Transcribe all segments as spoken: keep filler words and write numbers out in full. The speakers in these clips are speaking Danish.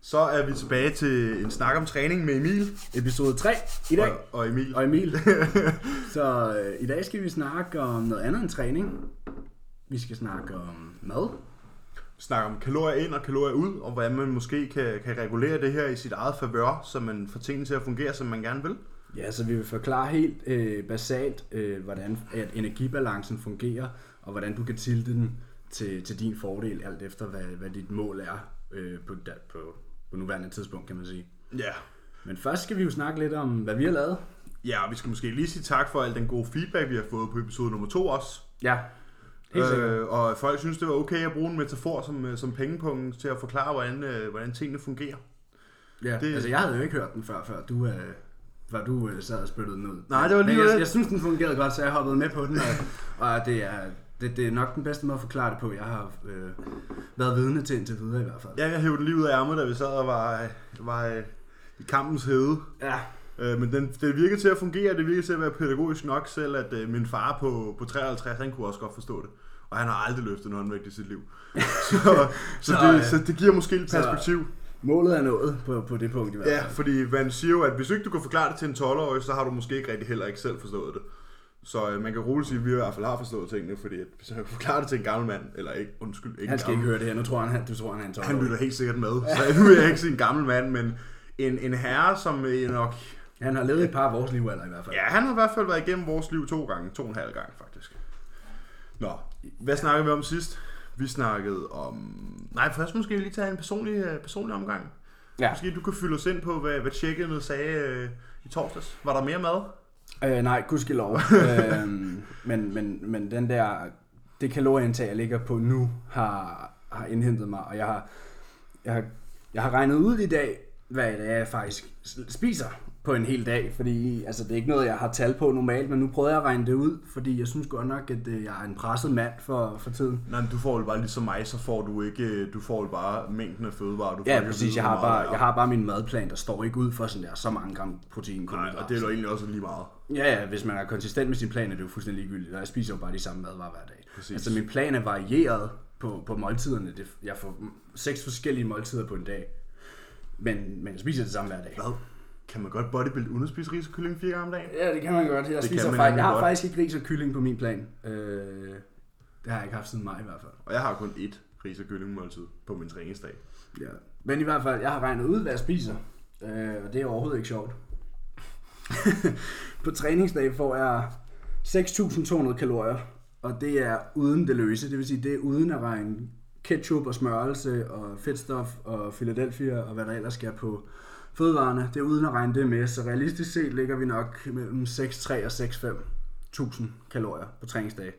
Så er vi tilbage til en snak om træning med Emil. Episode tre i dag. Og, og Emil. Og Emil. Så øh, i dag skal vi snakke om noget andet end træning. Vi skal snakke om mad. Vi snakker om kalorier ind og kalorier ud, og hvordan man måske kan, kan regulere det her i sit eget favør, så man får tingene til at fungere, som man gerne vil. Ja, så vi vil forklare helt øh, basalt, øh, hvordan at energibalancen fungerer, og hvordan du kan tilte den til, til din fordel, alt efter hvad, hvad dit mål er øh, på, på, på nuværende tidspunkt, kan man sige. Ja. Men først skal vi jo snakke lidt om, hvad vi har lavet. Ja, og vi skal måske lige sige tak for al den gode feedback, vi har fået på episode nummer to også. Ja, helt sikkert. Øh, og folk synes, det var okay at bruge en metafor som, som pengepunkt til at forklare, hvordan, øh, hvordan tingene fungerer. Ja, det, altså jeg havde jo ikke hørt den før, før du, øh, før du øh, sad og spyttede den ud. Nej, det var lige Men jeg, det. jeg synes, den fungerede godt, så jeg hoppede med på den, og, og det, er, det, det er nok den bedste måde at forklare det på. Jeg har øh, været vidne til indtil videre i hvert fald. Ja, jeg hævde den lige ud af ærmet, da vi sad og var, var øh, i kampens hede. Ja. Øh, men den, det virker til at fungere, det virker til at være pædagogisk nok, selv at øh, min far på, på treoghalvtreds, han kunne også godt forstå det. Og han har aldrig løftet en håndvægt i sit liv. Så, så, så, det, øh, så det giver måske et perspektiv. Så målet er nået på, på det punkt i hvert fald. Ja, fordi man siger jo, at hvis ikke du kan forklare det til en tolv-årig, så har du måske ikke rigtig heller ikke selv forstået det. Så øh, man kan roligt sige, at vi i hvert fald har forstået tingene, fordi at, hvis jeg kan forklare det til en gammel mand, eller ikke, undskyld, ikke han skal ikke høre det her, nu tror han, du tror han er en tolv-årig. Han lytter helt sikkert med, så nu vil jeg ikke sige en gammel mand, men en, en herre, som øh, nok... Han har levet et par af vores liv, eller i hvert fald. Ja, han har i hvert fald været igennem vores liv to gange, to og en halv gang faktisk. Nå, hvad snakkede vi om sidst? Vi snakkede om... Nej, først måske lige tage en personlig, personlig omgang. Ja. Måske du kan fylde os ind på, hvad, hvad check-inet sagde øh, i torsdags. Var der mere mad? Øh, nej, gudskelov. øh, men, men, men den der, det kalorieindtag, jeg ligger på nu, har, har indhentet mig, og jeg har, jeg, har, jeg har regnet ud i dag, hvad det er, jeg faktisk spiser på en hel dag, fordi altså, det er ikke noget, jeg har tal på normalt, men nu prøver jeg at regne det ud, fordi jeg synes godt nok, at jeg er en presset mand for, for tiden. Nej, men du får jo bare ligesom mig, så får du ikke, du får jo bare mængden af fødevarer. Du får ja, præcis, jeg har, bare, jeg har bare min madplan, der står ikke ud for sådan der, så mange gram protein. Nej, og det er jo egentlig også lige meget. Ja, ja, hvis man er konsistent med sin plan, er det jo fuldstændig ligegyldigt, og jeg spiser jo bare de samme madvarer hver dag. Præcis. Altså min plan er varieret på, på måltiderne, det, jeg får seks forskellige måltider på en dag, men, men jeg spiser det samme hver dag. Hvad? Kan man godt bodybuild uden at spise ris og kylling fire gange om dagen? Ja, det kan man godt. Jeg, spiser faktisk, jeg har godt. faktisk ikke ris og kylling på min plan. Øh, det har jeg ikke haft siden mig i hvert fald. Og jeg har kun ét ris og kylling måltid på min træningsdag. Ja. Men i hvert fald, jeg har regnet ud, hvad jeg spiser. Øh, og det er overhovedet ikke sjovt. På træningsdag får jeg seks tusind to hundrede kalorier. Og det er uden det løse. Det vil sige, det er uden at regne ketchup og smørelse og fedtstof og Philadelphia og hvad der ellers skal på fødevarene. Det er uden at regne det med, så realistisk set ligger vi nok mellem seks komma tre og seks komma fem tusind kalorier på træningsdag.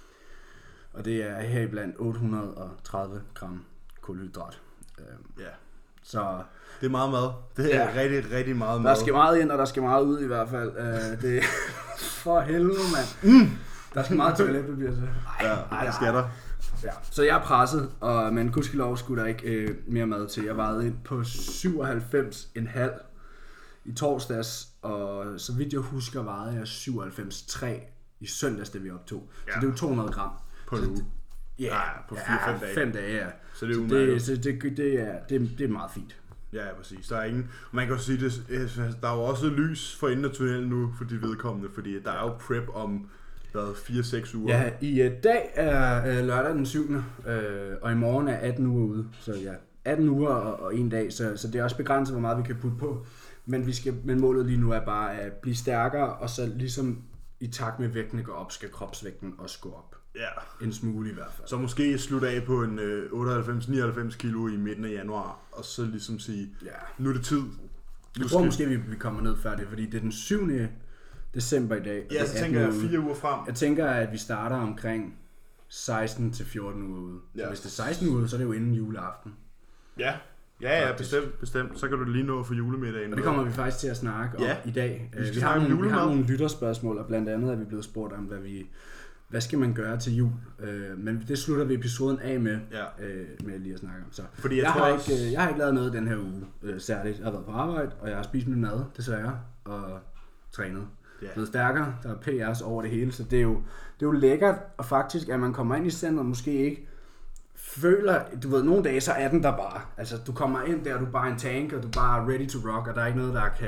Og det er heriblandt otte hundrede og tredive gram kulhydrat. Ja. Så det er meget mad. Det er ja. rigtig, rigtig meget mad. Der skal meget ind, og der skal meget ud i hvert fald. Det for helvede, mand. Mm. Der skal meget toiletpapir til. Ja, det skal der. Ja, så jeg er presset, og, men gudskelov skulle der ikke øh, mere mad til. Jeg vejede ind på syvoghalvfems komma fem i torsdags, og så vidt jeg husker, vejede jeg syvoghalvfems komma tre i søndags, det vi optog. Ja. Så det er jo to hundrede gram. På en uge? Ja, ja, på fire fem ja, dage. fem dage, ja. Så det er, så det, så det, det, er, det, det er meget fint. Ja, præcis. Der er ingen... Man kan jo sige, det, der er jo også lys for enden af tunnelen nu for de vedkommende, fordi der er jo prep om fire til seks uger. Ja, i uh, dag er uh, lørdag den syvende Uh, og i morgen er atten uger ude. Så ja, atten uger og, og en dag, så, så det er også begrænset, hvor meget vi kan putte på. Men, vi skal, men målet lige nu er bare at blive stærkere, og så ligesom i takt med vægten går op, skal kropsvægten også gå op. Ja. En smule i hvert fald. Så måske slutte af på en uh, otteoghalvfems til nioghalvfems kilo i midten af januar, og så ligesom sige, ja. Nu er det tid. Jeg tror måske, vi, vi kommer ned før det, fordi det er den syvende december i dag. Ja, så tænker jeg fire uger frem. Jeg tænker, at vi starter omkring seksten til fjorten uger ude. Ja. Så hvis det er seksten uger ude, så er det jo inden juleaften. Ja, ja, ja, bestemt, bestemt. Så kan du lige nå for julemiddagen. Og det kommer vi faktisk til at snakke om ja. i dag. Vi, vi, har nogle, vi har nogle lytterspørgsmål, og blandt andet er vi blevet spurgt om, hvad vi... Hvad skal man gøre til jul? Øh, men det slutter vi episoden af med, ja. øh, med lige at snakke om. Så Fordi jeg, jeg, har også... ikke, jeg har ikke lavet noget den her uge øh, særligt. Jeg har været på arbejde, og jeg har spist min mad, desværre, og trænet. Yeah. Blevet stærkere, der er P R's over det hele, så det er, jo, det er jo lækkert, og faktisk, at man kommer ind i centret, måske ikke føler, du ved, nogle dage så er den der bare. Altså, du kommer ind der, du er bare en tank, og du er bare ready to rock, og der er ikke noget, der kan,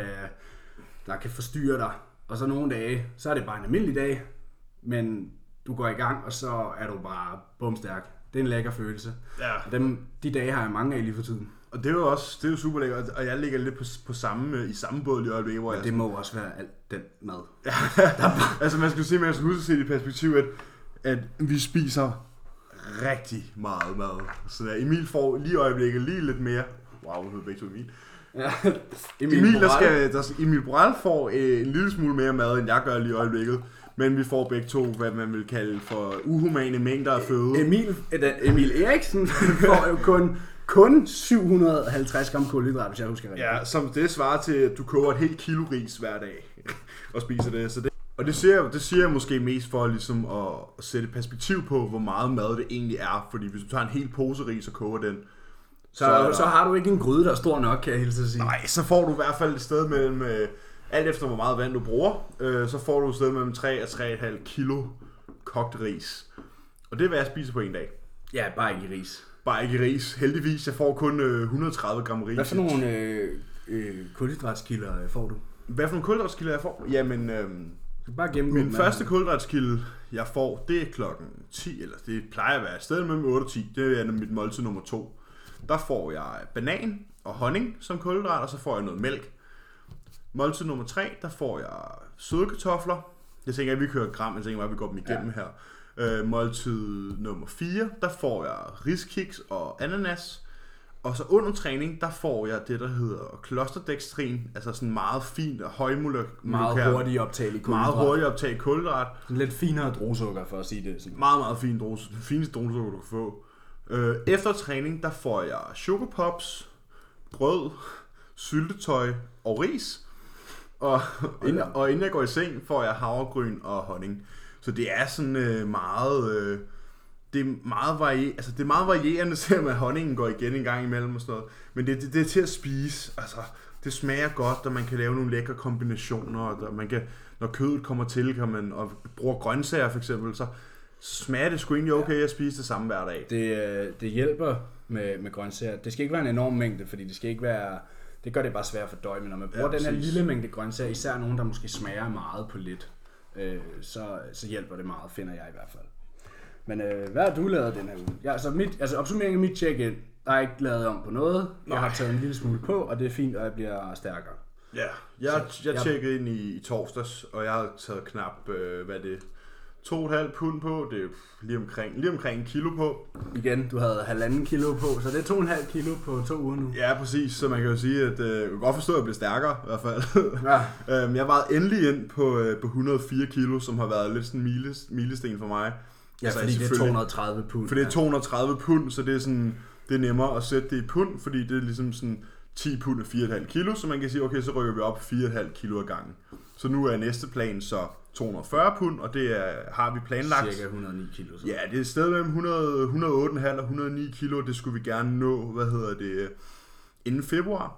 der kan forstyrre dig. Og så nogle dage, så er det bare en almindelig dag, men du går i gang, og så er du bare bumstærk. Det er en lækker følelse. Ja. Og dem, de dage har jeg mange af lige for tiden. Og det er jo også, det er jo super lækkert, og jeg ligger lidt på, på samme, i samme båd lige øjeblikket, hvor men jeg... det må også være alt den mad. Ja, altså man skal sige, man skal huske at se det i perspektiv, at, at vi spiser rigtig meget mad. Så der, Emil får lige i øjeblikket lige lidt mere. Wow, nu hedder begge to Emil. Ja. Emil, Emil, der skal, der, Emil Borrell får øh, en lille smule mere mad, end jeg gør lige i øjeblikket. Men vi får begge to, hvad man vil kalde for uhumane mængder af føde. Emil, Emil Eriksen får jo kun, kun syv hundrede og halvtreds gram kulhydrat, hvis jeg husker rigtigt. Ja, som det svarer til, at du koger et helt kilo ris hver dag og spiser det. Så det og det siger, det siger jeg måske mest for ligesom at, at sætte perspektiv på, hvor meget mad det egentlig er. Fordi hvis du tager en hel pose ris og koger den, så, så, så har du ikke en gryde, der er stor nok, kan jeg hilse at sige. Nej, så får du i hvert fald et sted mellem... Alt efter hvor meget vand du bruger, øh, så får du et sted mellem tre og tre komma fem kilo kogt ris. Og det er hvad jeg spiser på en dag. Ja, bare ikke i ris. Bare ikke i ris. Heldigvis, jeg får kun øh, et hundrede og tredive gram ris. Hvad for nogle øh, øh, kulhydratskilder får du? Hvad for nogle kulhydratskilder jeg får? Jamen, øh, bare gennemgå min første kulhydratskilde jeg får, det er klokken ti, eller det plejer at være et sted mellem otte og ti. Det er mit måltid nummer to. Der får jeg banan og honning som kulhydrat, og så får jeg noget mælk. Måltid nummer tre, der får jeg søde kartofler. Jeg tænker, at vi kører gram, jeg tænker, at vi går dem igennem ja. her. Øh, måltid nummer fire, der får jeg riskiks og ananas. Og så under træning, der får jeg det, der hedder klosterdextrin, altså sådan meget fint og højmolekylær. Meget hurtigt optag i kulhydrat. Meget hurtigt optag i kulhydrat. Lidt finere druesukker, for at sige det sådan. Meget, meget fint drus, den fineste druesukker, du kan få. Øh, efter træning, der får jeg sugar pops, brød, syltetøj og ris. Og inden, og inden jeg går i seng, får jeg havregryn og honning. Så det er sådan øh, meget, øh, det er meget varie, altså det er meget varierende, selvom at honningen går igen en gang imellem og sådan noget. Men det, det, det er til at spise. Altså, det smager godt, og man kan lave nogle lækre kombinationer. Og man kan, når kødet kommer til, kan man og bruger grøntsager for eksempel, så smager det sgu egentlig okay at spise det samme hver dag. Det, det hjælper med, med grøntsager. Det skal ikke være en enorm mængde, fordi det skal ikke være... Det gør det bare svært for døje, men når man bruger ja, den her lille mængde grøntsager, især nogen, der måske smager meget på lidt, øh, så, så hjælper det meget, finder jeg i hvert fald. Men øh, hvad har du lavet den her uge? Ja, altså, mit, altså opsummering af mit check-in, der er ikke lavet om på noget. Jeg Nej. har taget en lille smule på, og det er fint, og jeg bliver stærkere. Ja, jeg, jeg tjekkede ind i, i torsdags, og jeg har taget knap, øh, hvad det to komma fem pund på, det er lige omkring, lige omkring en kilo på. Igen, du havde halvanden kilo på, så det er to komma fem kilo på to uger nu. Ja, præcis, så man kan jo sige, at øh, jeg kan godt forstå, at jeg bliver stærkere i hvert fald. Ja. øhm, jeg var endelig ind på, øh, på et hundrede og fire kilo, som har været lidt sådan en miles, milesten for mig. Ja, altså, fordi det er to hundrede og tredive pund. For det er to hundrede og tredive pund, så det er, sådan, det er nemmere at sætte det i pund, fordi det er ligesom sådan ti pund af fire komma fem kilo, så man kan sige, okay, så rykker vi op fire komma fem kilo ad gangen. Så nu er næste plan så to hundrede og fyrre pund, og det er, har vi planlagt. Cirka et hundrede og ni kilo. Så. Ja, det er et sted mellem hundrede, et hundrede og otte komma fem og et hundrede og ni kilo, det skulle vi gerne nå, hvad hedder det, inden februar.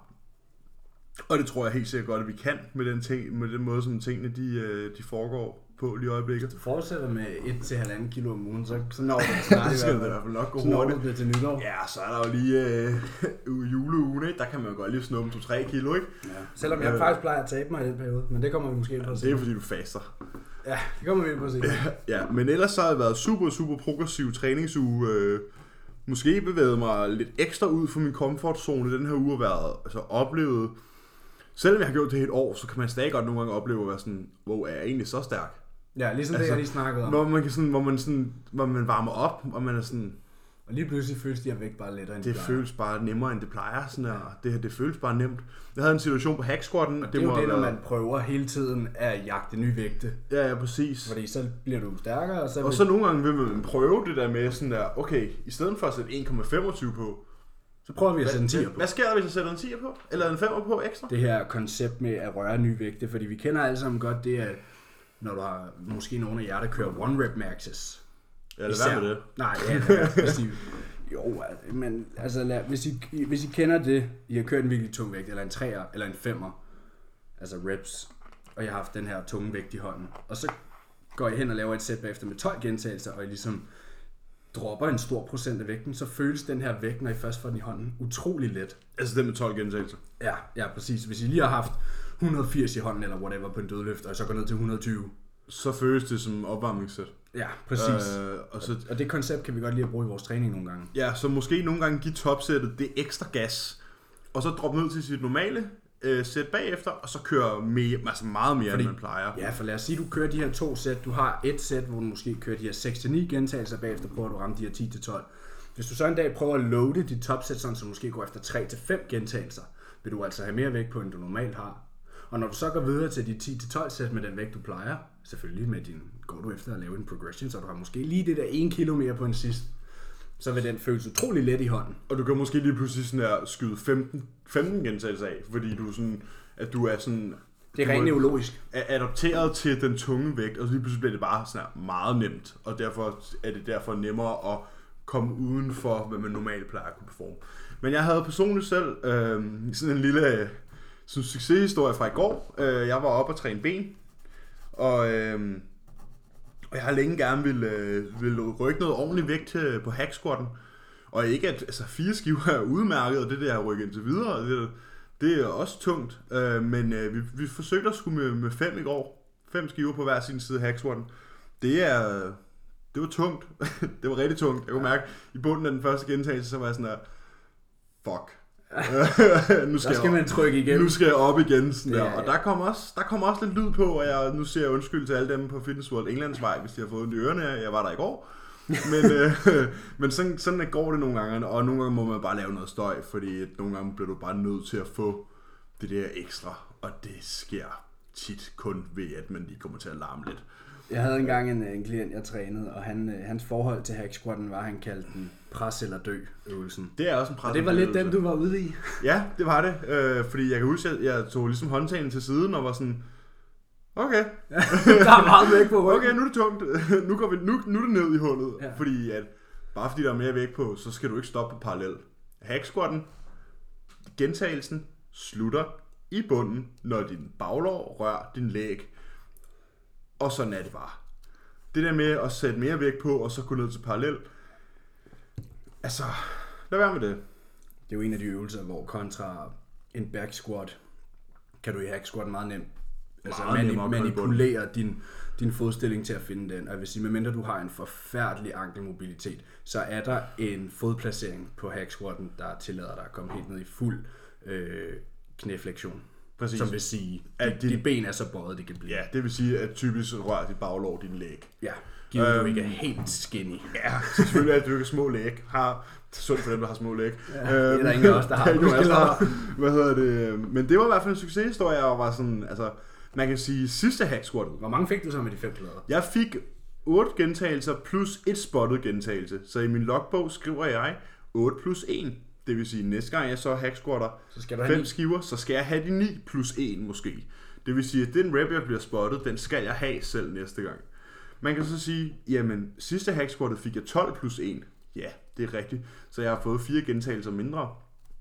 Og det tror jeg helt sikkert godt, at vi kan med den, ting, med den måde, som tingene de, de foregår på lige i øjeblikket. Du fortsætter med et til halvanden kilo om ugen, så, så når det snart. Det skal det i hvert fald nok gå hurtigt. Det til nytår. Ja, så er der jo lige øh, juleugen, ikke? Der kan man jo godt lige snuppe to til tre kilo, ikke? Ja. Selvom jeg øh, faktisk plejer at tabe mig i den periode, men det kommer vi måske ind på at se. Det er fordi du faster. Ja, det kommer vi ind på at se. Ja, ja, men ellers så har det været super, super progressiv træningsuge. Øh, måske bevæget mig lidt ekstra ud fra min komfortzone den her uge og været altså, oplevet. Selvom jeg har gjort det et år, så kan man stadig godt nogle gange opleve at være sådan, wow, er jeg egentlig så stærk? Ja, ligesom altså, det, jeg lige snakkede om. Hvor man, kan sådan, hvor, man sådan, hvor man varmer op, og man er sådan... Og lige pludselig føles de her vægt bare lettere, end det, det føles bare nemmere, end det plejer. Sådan her. Det, det føles bare nemt. Jeg havde en situation på hack squatten. Det, det er jo det, når man prøver hele tiden at jagte nye vægte. Ja, ja, præcis. Fordi så bliver du stærkere. Og så, og så nogle gange vil man prøve det der med sådan der, okay, i stedet for at sætte en komma femogtyve på, så prøver vi at sætte en tier på. Hvad sker der, hvis jeg sætter en tier på? Eller en femmer på ekstra? Det her koncept med at røre nye vægte, fordi vi kender alle sammen godt det, at når du har måske nogle af jer, der kører one rep maxes. Ja, det er med det. Nej, ja, det er jo, men altså, lad, hvis, I, hvis I kender det, I har kørt en virkelig tung vægt, eller en treer, eller en femmer, altså reps, og jeg har haft den her tunge vægt i hånden, og så går I hen og laver et sæt bagefter med tolv gentagelser, og I ligesom dropper en stor procent af vægten, så føles den her vægt, når I først får den i hånden, utrolig let. Altså den med tolv gentagelser? Ja, ja, præcis. Hvis I lige har haft et hundrede og firs i hånden, eller whatever på en dødløft, og så går ned til et hundrede og tyve. Så føles det som opvarmningssæt. Ja, præcis. Øh, og, så, og det koncept kan vi godt lide at bruge i vores træning nogle gange. Ja, så måske nogle gange give topsættet det ekstra gas, og så droppe ned til sit normale øh, sæt bagefter, og så køre mere, altså meget mere, Fordi, end man plejer. Ja, for lad os sige, du kører de her to sæt. Du har et sæt, hvor du måske kører de her seks til ni gentagelser, bagefter prøver du at ramme de her ti til tolv. Hvis du så en dag prøver at loade dit topsæt, sådan, så du måske går efter tre til fem gentagelser, vil du altså have mere vægt på, end du normalt har. Og når du så går videre til de ti til tolv sæt med den vægt, du plejer, selvfølgelig med din, går du efter at lave en progression, så du har måske lige det der en kilo mere på en sidst, så vil den føles utrolig let i hånden. Og du kan måske lige pludselig sådan her skyde femten, femten gentagelser af, fordi du sådan, at du er sådan... Det er rent neurologisk. Er adopteret til den tunge vægt, og så lige pludselig bliver det bare sådan her meget nemt, og derfor er det derfor nemmere at komme uden for, hvad man normalt plejer at kunne performe. Men jeg havde personligt selv øh, sådan en lille sådan succeshistorie fra i går. Øh, jeg var oppe og træne ben, og, øh, og jeg har længe gerne ville, øh, ville rykke noget ordentligt vægt til, på hack squatten. Og ikke at altså, fire skiver er udmærket, og det der jeg har rykket indtil videre, det, det er også tungt. Øh, men øh, vi, vi forsøgte at skulle med, med fem i går. Fem skiver på hver sin side af hack squatten. Det er... Det var tungt. Det var rigtig tungt. Jeg kunne mærke, i bunden af den første gentagelse, så var jeg sådan der, fuck. nu skal, skal man trykke igen. Nu skal jeg op igen. Sådan der. Ja, ja. Og der kom, også, der kom også lidt lyd på, og jeg, nu siger jeg undskyld til alle dem på Fitness World Englands vej, hvis de har fået ondt i ørerne. Jeg var der i går. Men, øh, men sådan, sådan går det nogle gange, og nogle gange må man bare lave noget støj, fordi nogle gange bliver du bare nødt til at få det der ekstra, og det sker tit kun ved, at man lige kommer til at larme lidt. Jeg havde engang en, en klient, jeg trænede, og han, hans forhold til hack squatten var, han kaldte den pres eller dø øvelsen. Det er også en pres. Og det var lidt den, du var ude i. Ja, det var det. Øh, fordi jeg kan huske, at jeg tog ligesom håndtagen til siden og var sådan, okay. Der er meget vægt på ryggen. Okay, nu er det tungt. nu, går vi, nu, nu er det ned i hullet. Ja. Fordi at, bare fordi der er mere vægt på, så skal du ikke stoppe på parallel. Hack squatten, gentagelsen, slutter i bunden, når din baglår rører din læg. Og sådan er det bare. Det der med at sætte mere vægt på, og så gå ned til parallel. Altså, lad være med det. Det er jo en af de øvelser, hvor kontra en back squat, kan du i hack squat meget nemt. Altså mani- manipulere din, din fodstilling til at finde den. Og jeg vil sige, medmindre du har en forfærdelig ankelmobilitet, så er der en fodplacering på hack squatten, der tillader dig at komme helt ned i fuld øh, knæflektion. Præcis. Som vil sige, at dit ben er så bøjet, det kan blive. Ja, det vil sige, at typisk rører dit baglår din læg. Ja, givet øhm, du ikke er helt skinny. Ja, selvfølgelig er det jo ikke små læg. Har, det er sundt for dem, der har små læg. Ja, øhm, det er der ingen af os, der har. Der har. Hvad hedder det? Men det var i hvert fald en succeshistorie, og var sådan, altså, man kan sige, sidste hack squattet. Hvor mange fik du så med de fem plader? Jeg fik otte gentagelser plus et spottet gentagelse. Så i min logbog skriver jeg otte plus en. Det vil sige, at næste gang jeg så hack squatter fem skiver, så skal jeg have de ni plus en måske. Det vil sige, at den rep, jeg bliver spottet, den skal jeg have selv næste gang. Man kan så sige, jamen sidste hack squattet fik jeg tolv plus en. Ja, det er rigtigt. Så jeg har fået fire gentagelser mindre.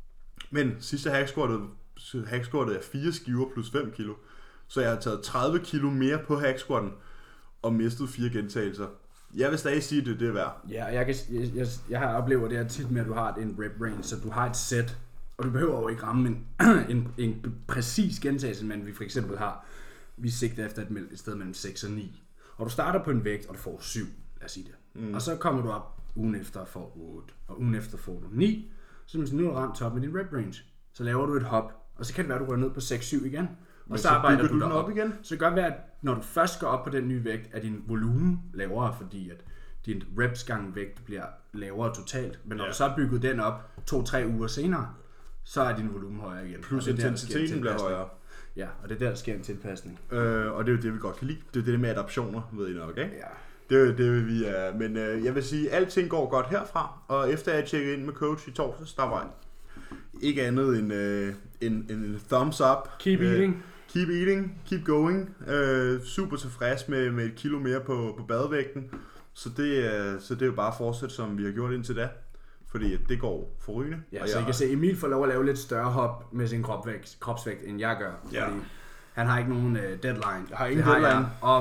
Men sidste hack squattet, hack squattet er fire skiver plus fem kilo. Så jeg har taget tredive kilo mere på hack squatten og mistet fire gentagelser. Jeg vil stadig sige, at det, det er værd. Ja, jeg, kan, jeg, jeg, jeg har oplevet det her tit med, at du har en rep range, så du har et sæt, og du behøver jo ikke ramme en, en, en præcis gentagelse, men vi for eksempel har, vi sigter efter et, et sted mellem seks og ni. Og du starter på en vægt, og du får syv, lad os sige det. Mm. Og så kommer du op ugen efter og får otte, og ugen efter får du ni. Så nu er du ramt top med din rep range. Så laver du et hop, og så kan det være, at du går ned på seks syv igen. Og så, så arbejder du, du op igen. Så det kan godt være, at når du først går op på den nye vægt, er din volumen lavere, fordi at din reps gang vægt bliver lavere totalt. Men når ja. du så har bygget den op to-tre uger senere, så er din volumen højere igen. Plus intensiteten bliver højere. Ja, og det er der, der sker en tilpasning. Øh, og det er jo det, vi godt kan lide. Det er det med adaptioner, ved I nok, ikke? Ja. Det er jo det, vi er. Men øh, jeg vil sige, at alting går godt herfra. Og efter jeg tjekkede ind med coach i torsdags, der var ikke andet end øh, en, en thumbs up. Keep eating. Øh, Keep eating, keep going. Uh, super tilfreds med, med et kilo mere på, på badevægten. Så det, uh, så det er jo bare at fortsætte, som vi har gjort indtil da. Fordi det går forrygende. Ja, og så jeg... I kan se, Emil får lov at lave lidt større hop med sin kropsvægt, kropsvægt end jeg gør. Ja. Fordi han har ikke nogen uh, deadline. Jeg har ingen det deadline. Har jeg. Om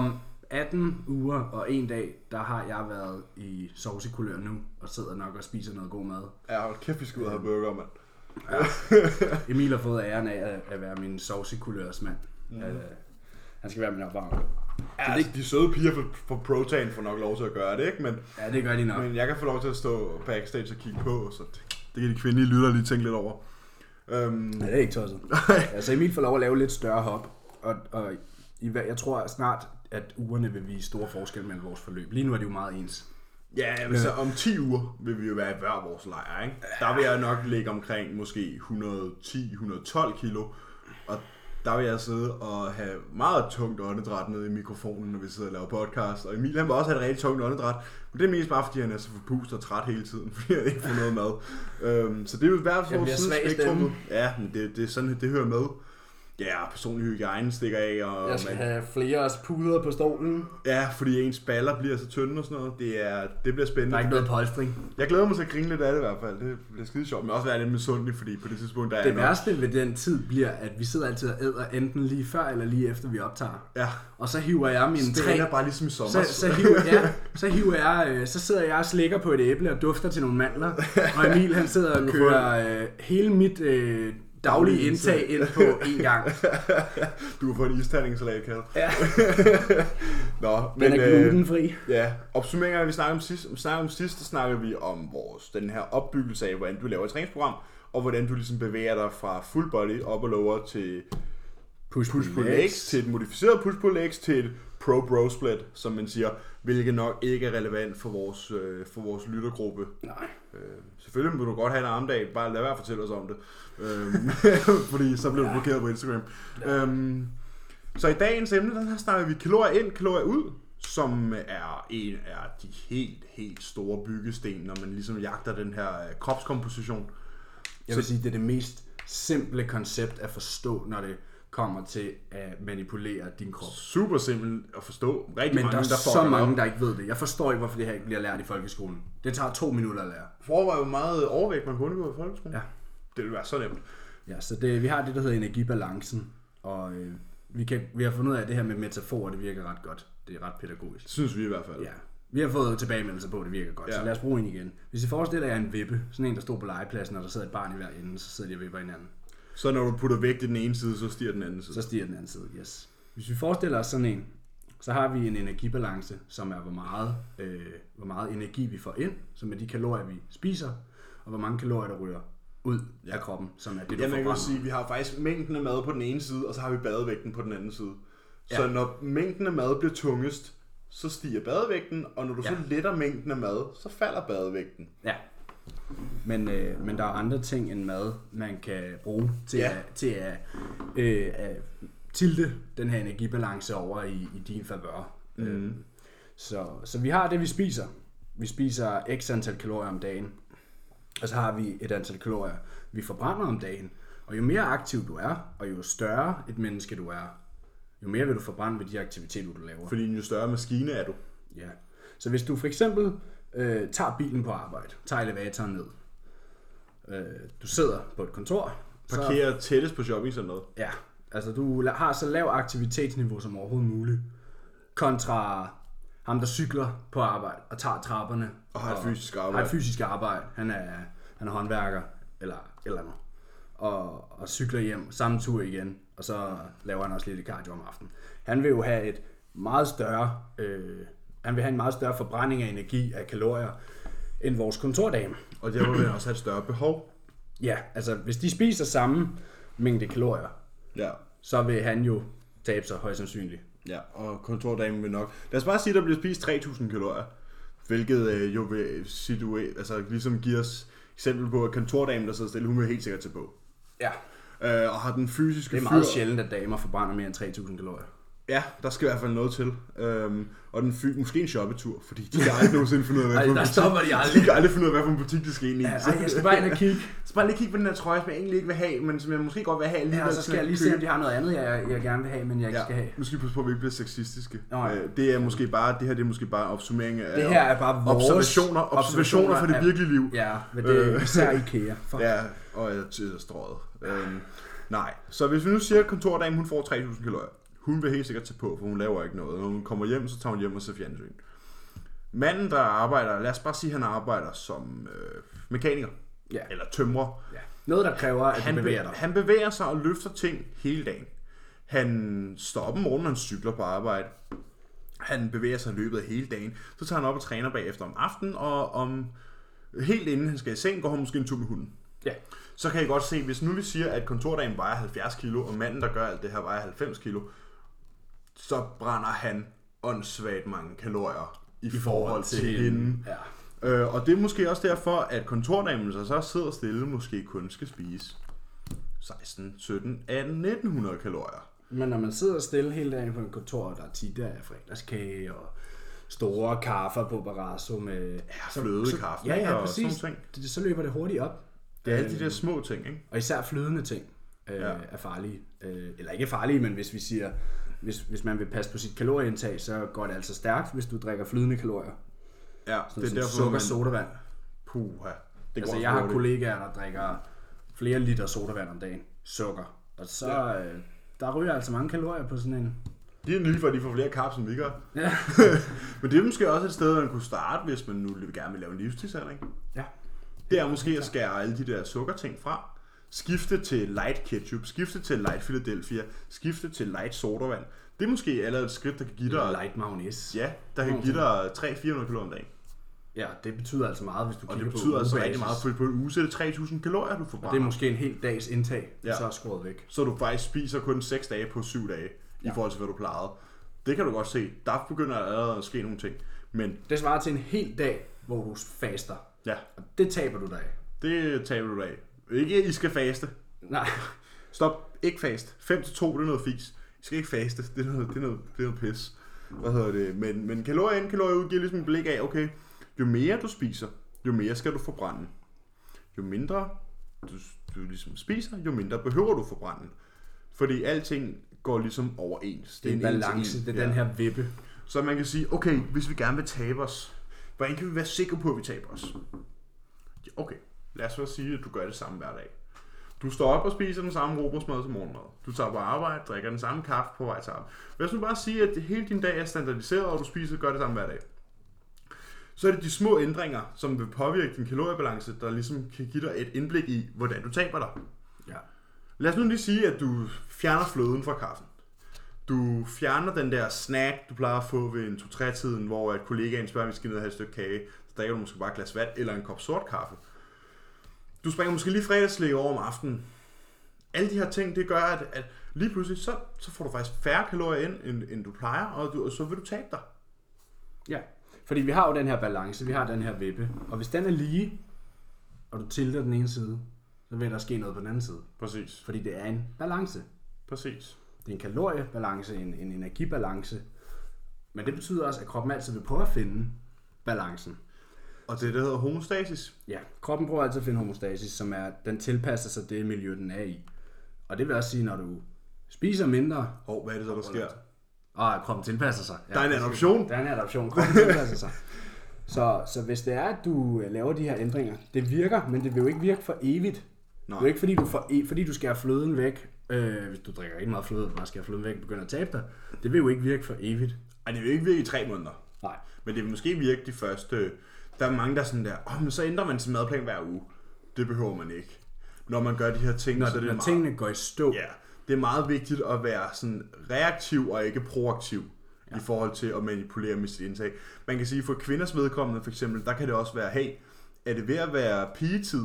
atten uger og en dag, der har jeg været i sovsekulør nu, og sidder nok og spiser noget god mad. Ja, hold kæft, vi skal ud og have burger, mand. Ja. Emil har fået æren af at være min sovsekulørsmand. Mm. Uh, han skal være min opvarmer. Ja, altså, de søde piger for, for Protein får nok lov til at gøre det, ikke? Men, ja, det gør de nok. Men jeg kan få lov til at stå backstage og kigge på, så det, det kan de kvindelige lytter lige tænke lidt over. Um... Ja, det er ikke tosset. Altså Emil får lov at lave lidt større hop, og, og jeg tror snart, at ugerne vil vise store forskel mellem vores forløb. Lige nu er det jo meget ens. Ja, altså om ti uger vil vi jo være i hver vores lejr, ikke? Der vil jeg nok ligge omkring måske et hundrede og ti til et hundrede og tolv kilo, og der vil jeg sidde og have meget tungt åndedræt nede i mikrofonen, når vi sidder og laver podcast. Og Emil, han vil også have et rigtig tungt åndedræt, men det er mest bare, fordi han er så forpustet og træt hele tiden, fordi han ikke får noget mad. Øhm, så det er jo i hvert fald vores sidespektrum. Ja, men det, det er sådan, det hører med. Ja, personlig hygiejne stikker af. Og jeg skal man... have flere puder på stolen. Ja, fordi ens baller bliver så tynde og sådan noget. Det, er, det bliver spændende. Der er ikke noget polstring. Jeg glæder mig til at grine lidt af det i hvert fald. Det bliver skide sjovt, men også være lidt misundelig, fordi på det tidspunkt, der det er Det værste nok... ved den tid bliver, at vi sidder altid og æder enten lige før eller lige efter vi optager. Ja. Og så hiver jeg mine tre... Det er bare ligesom i sommer. Så, så, hiver, ja, så hiver jeg... Så sidder jeg og slikker på et æble og dufter til nogle mandler. Og Emil, han sidder og kører øh, hele mit... Øh, daglige indtag ind på én gang. Du har fået en isterningssalat, Kalle. Ja. Nå, men den er glutenfri. Øh, ja, opsummeringer, vi snakker om sidst, snakker om sidst, der snakker vi om vores, den her opbyggelse af, hvordan du laver et træningsprogram, og hvordan du ligesom bevæger dig fra full body, op og lower til push push pull legs, til et modificeret push pull legs, til et pro bro split, som man siger, hvilket nok ikke er relevant for vores, øh, for vores lyttergruppe. Nej. Øh, selvfølgelig må du godt have en armdag, bare lad være at fortælle os om det. Øhm, fordi så bliver du blokeret på Instagram. Ja. Øhm, så i dagens emne, der snakker vi kalorier ind, kalorier ud, som er en af de helt, helt store byggesten, når man ligesom jagter den her kropskomposition. Jeg vil så, sige, det er det mest simple koncept at forstå, når det kommer til at manipulere din krop. Super simpelt at forstå. Rigtig Men mange, der er der så mange, der ikke ved det. Jeg forstår ikke, hvorfor det her ikke bliver lært i folkeskolen. Det tager to minutter at lære. Forvej, hvor meget overvægt man kunne gå i folkeskolen. Ja. Det vil være så nemt. Ja, så det, vi har det, der hedder energibalancen. Og øh, vi, kan, vi har fundet ud af, at det her med metafor, det virker ret godt. Det er ret pædagogisk. Det synes vi i hvert fald. Ja. Vi har fået tilbagemeldelser på, at det virker godt, ja. Så lad os bruge en igen. Hvis I forestiller jer en vippe, sådan en, der står på legepladsen, og der sidder et barn i hver ende, så sidder de og vipper hinanden. Så når du putter vægt i den ene side, så stiger den anden side? Så stiger den anden side, yes. Hvis vi forestiller os sådan en, så har vi en energibalance, som er, hvor meget, øh, hvor meget energi vi får ind, som er de kalorier, vi spiser, og hvor mange kalorier, der ryger ud ja. af kroppen, som er det, du ja, man kan sige, vi har faktisk mængden af mad på den ene side, og så har vi badevægten på den anden side. Så ja. Når mængden af mad bliver tungest, så stiger badevægten, og når du ja. så letter mængden af mad, så falder badevægten. Ja. Men, øh, men der er andre ting end mad, man kan bruge til, ja. at, til at, øh, at tilte den her energibalance over i, i din favør. Mm. Øh, så, så vi har det, vi spiser. Vi spiser x antal kalorier om dagen, og så har vi et antal kalorier, vi forbrænder om dagen. Og jo mere aktiv du er, og jo større et menneske du er, jo mere vil du forbrænde ved de aktiviteter, du laver. Fordi jo større maskine er du. Ja. Så hvis du for eksempel øh, tager bilen på arbejde, tager elevatoren ned, øh, du sidder på et kontor, parkerer så, tættest på shoppingcenteret. Ja, altså du har så lav aktivitetsniveau som overhovedet muligt, kontra ham, der cykler på arbejde og tager trapperne. Og har et fysisk arbejde. Har et fysisk arbejde. Han er, han er håndværker, eller eller noget. Og, og cykler hjem, samme tur igen, og så laver han også lidt cardio om aftenen. Han vil jo have et meget større, øh, han vil have en meget større forbrænding af energi, af kalorier, end vores kontordame. Og der vil han også have et større behov. Ja, altså hvis de spiser samme mængde kalorier, ja. så vil han jo tabe sig højst sandsynligt. Ja, og kontordamen vil nok. Lad os bare sige, at der bliver spist tre tusind kalorier, hvilket øh, jo vil situere, altså ligesom giver os eksempel på, at kontordamen, der sidder stille, hun vil helt sikkert til på. Ja. Øh, og har den fysiske fyr. Det er meget fyr... sjældent, at damer forbrænder mere end tre tusind kalorier. Ja, der skal i hvert fald noget til. Øhm, og den fy... måske en shoppetur, fordi de kan aldrig nogensinde finde ud af, hvad for en butik. Stopper de aldrig. De kan aldrig finde ud af, hvad for en butik de skal ind i. Ja, ej, jeg skal bare ind og kigge. Så bare lige kigge på den her trøje, som jeg egentlig ikke vil have, men som jeg måske godt vil have alligevel. Ja, så skal jeg lige se, om de har noget andet, jeg, jeg gerne vil have, men jeg ikke ja, skal have. Nu skal vi passe på, at vi ikke bliver sexistiske. Nå, ja. Det er måske bare, det her det er måske bare opsummering af det her er bare vores observationer, observationer fra det virkelige liv. Ja, men det er især IKEA. Fuck. Ja, og jeg er strøget. Øhm, nej, så hvis vi nu siger, at kontordamen hun får tre tusind kalorier. Hun vil helt sikkert tage på, for hun laver ikke noget. Når hun kommer hjem, så tager hun hjem og ser fjernsyn. Manden, der arbejder, lad os bare sige, at han arbejder som øh, mekaniker. Ja. Eller tømrer. Ja. Noget, der kræver, at han bevæger dig. Han bevæger sig og løfter ting hele dagen. Han står op om morgenen, han cykler på arbejde. Han bevæger sig i løbet af hele dagen. Så tager han op og træner bagefter om aftenen, og om helt inden han skal i seng, går han måske en tur med hunden. Ja. Så kan I godt se, hvis nu vi siger, at kontordagen vejer halvfjerds kilo, og manden, der gør alt det her, vejer halvfems kilo, så brænder han åndssvagt mange kalorier i, I forhold, forhold til, til hende. Ja. Øh, og det er måske også derfor, at kontordamen så, så sidder stille, måske kun skal spise seksten, sytten, atten, nitten hundrede kalorier. Men når man sidder stille hele dagen på en kontor, der er tit der er fredagskage og store kaffer på Barrasso med ja, fløde kaffe ja, ja, og præcis. sådan ting. Det, så løber det hurtigt op. Det er alle de der små ting, ikke? Og især flydende ting øh, ja. er farlige. Øh, eller ikke farlige, men hvis vi siger, hvis, hvis man vil passe på sit kalorieindtag, så går det altså stærkt, hvis du drikker flydende kalorier. Ja, sådan det er derfor, sukker, man... sodavand. Puha. Det altså, jeg har kollegaer, der drikker flere liter sodavand om dagen. Sukker. Og så ja. øh, der ryger altså mange kalorier på sådan en. De er nye for, at de får flere karb, som vi gør. Ja. Men det er måske også et sted, man kunne starte, hvis man nu gerne vil lave en livsstilsændring. Ja. Det er måske at skære alle de der sukkerting fra. Skifte til light ketchup, skifte til light Philadelphia, skifte til light sodavand. Det er måske allerede et skridt, der kan give dig... Light mayonnaise. Ja, der kan give dig tre til fire hundrede kalorier om dagen. Ja, det betyder altså meget, hvis du kigger på. Og det betyder altså rigtig meget, for på en uge så er det tre tusind kalorier, du får og det er måske en hel dags indtag, ja. så er skåret væk. Så du faktisk spiser kun seks dage på syv dage, ja. I forhold til, hvad du plejede. Det kan du godt se. Der begynder allerede at ske nogle ting. Men det svarer til en hel dag, hvor du faster. Ja. Og det taber du dig af. Det taber du dig af. Ikke, I skal faste. Nej. Stop. Ikke fast. fem til to, det er noget fis. I skal ikke faste. Det er noget, det er noget, det er noget pis. Hvad hedder det? Men, men kalorier ind, kalorier ud giver ligesom et blik af, okay, jo mere du spiser, jo mere skal du forbrænde. Jo mindre du, du ligesom spiser, jo mindre behøver du forbrænde. Fordi alting går ligesom overens. Det er en balance, det er ja. Den her vippe. Så man kan sige, okay, hvis vi gerne vil tabe os, hvordan kan vi være sikre på, at vi taber os? Okay, lad os så sige, at du gør det samme hver dag. Du står op og spiser den samme robrødsmad til morgenmad. Du tager på arbejde, drikker den samme kaffe på vej til arbejde. Lad os nu bare sige, at hele din dag er standardiseret, og du spiser og gør det samme hver dag. Så er det de små ændringer, som vil påvirke din kaloriebalance, der ligesom kan give dig et indblik i, hvordan du taber dig. Ja. Lad os nu lige sige, at du fjerner fløden fra kaffen. Du fjerner den der snack, du plejer at få ved en to-tre tiden, hvor at kollegaen spørger, om vi skal ned og have et stykke kage. Så drikker du måske bare et glas vand eller en kop sort kaffe. Du springer måske lige fredagslæg over om aftenen. Alle de her ting, det gør, at, at lige pludselig, så, så får du faktisk færre kalorier ind, end, end du plejer, og, du, og så vil du tabe dig. Ja, fordi vi har jo den her balance, vi har den her vippe, og hvis den er lige, og du tilter den ene side, så vil der ske noget på den anden side. Præcis. Fordi det er en balance. Præcis. Det er en kaloriebalance, en, en energibalance, men det betyder også, at kroppen altid vil prøve at finde balancen. Og det, der hedder homostasis. Ja, kroppen prøver altid at finde homostasis, som er, den tilpasser sig det miljø, den er i. Og det vil også sige, når du spiser mindre... Hov, hvad er det så, der sker? Ah, kroppen tilpasser sig. Ja, der er en adoption. Der er en adoption, kroppen tilpasser sig. Så, så hvis det er, at du laver de her ændringer, det virker, men det vil jo ikke virke for evigt. Nej. Det er jo ikke, fordi du, får, fordi du skærer fløden væk, øh, hvis du drikker ikke meget fløde, og bare skærer fløden væk og begynder at tabe dig. Det vil jo ikke virke for evigt. Ej, det vil ikke virke i tre måneder. Nej. Men det vil måske virke de første... Der er mange, der er sådan der, åh, oh, men så ændrer man sin madplan hver uge. Det behøver man ikke. Når man gør de her ting, når, så er det når meget... tingene går i stå. Ja, det er meget vigtigt at være sådan reaktiv og ikke proaktiv ja. I forhold til at manipulere med sit indtag. Man kan sige, for kvinders vedkommende for eksempel, der kan det også være, hey, er det ved at være pigetid,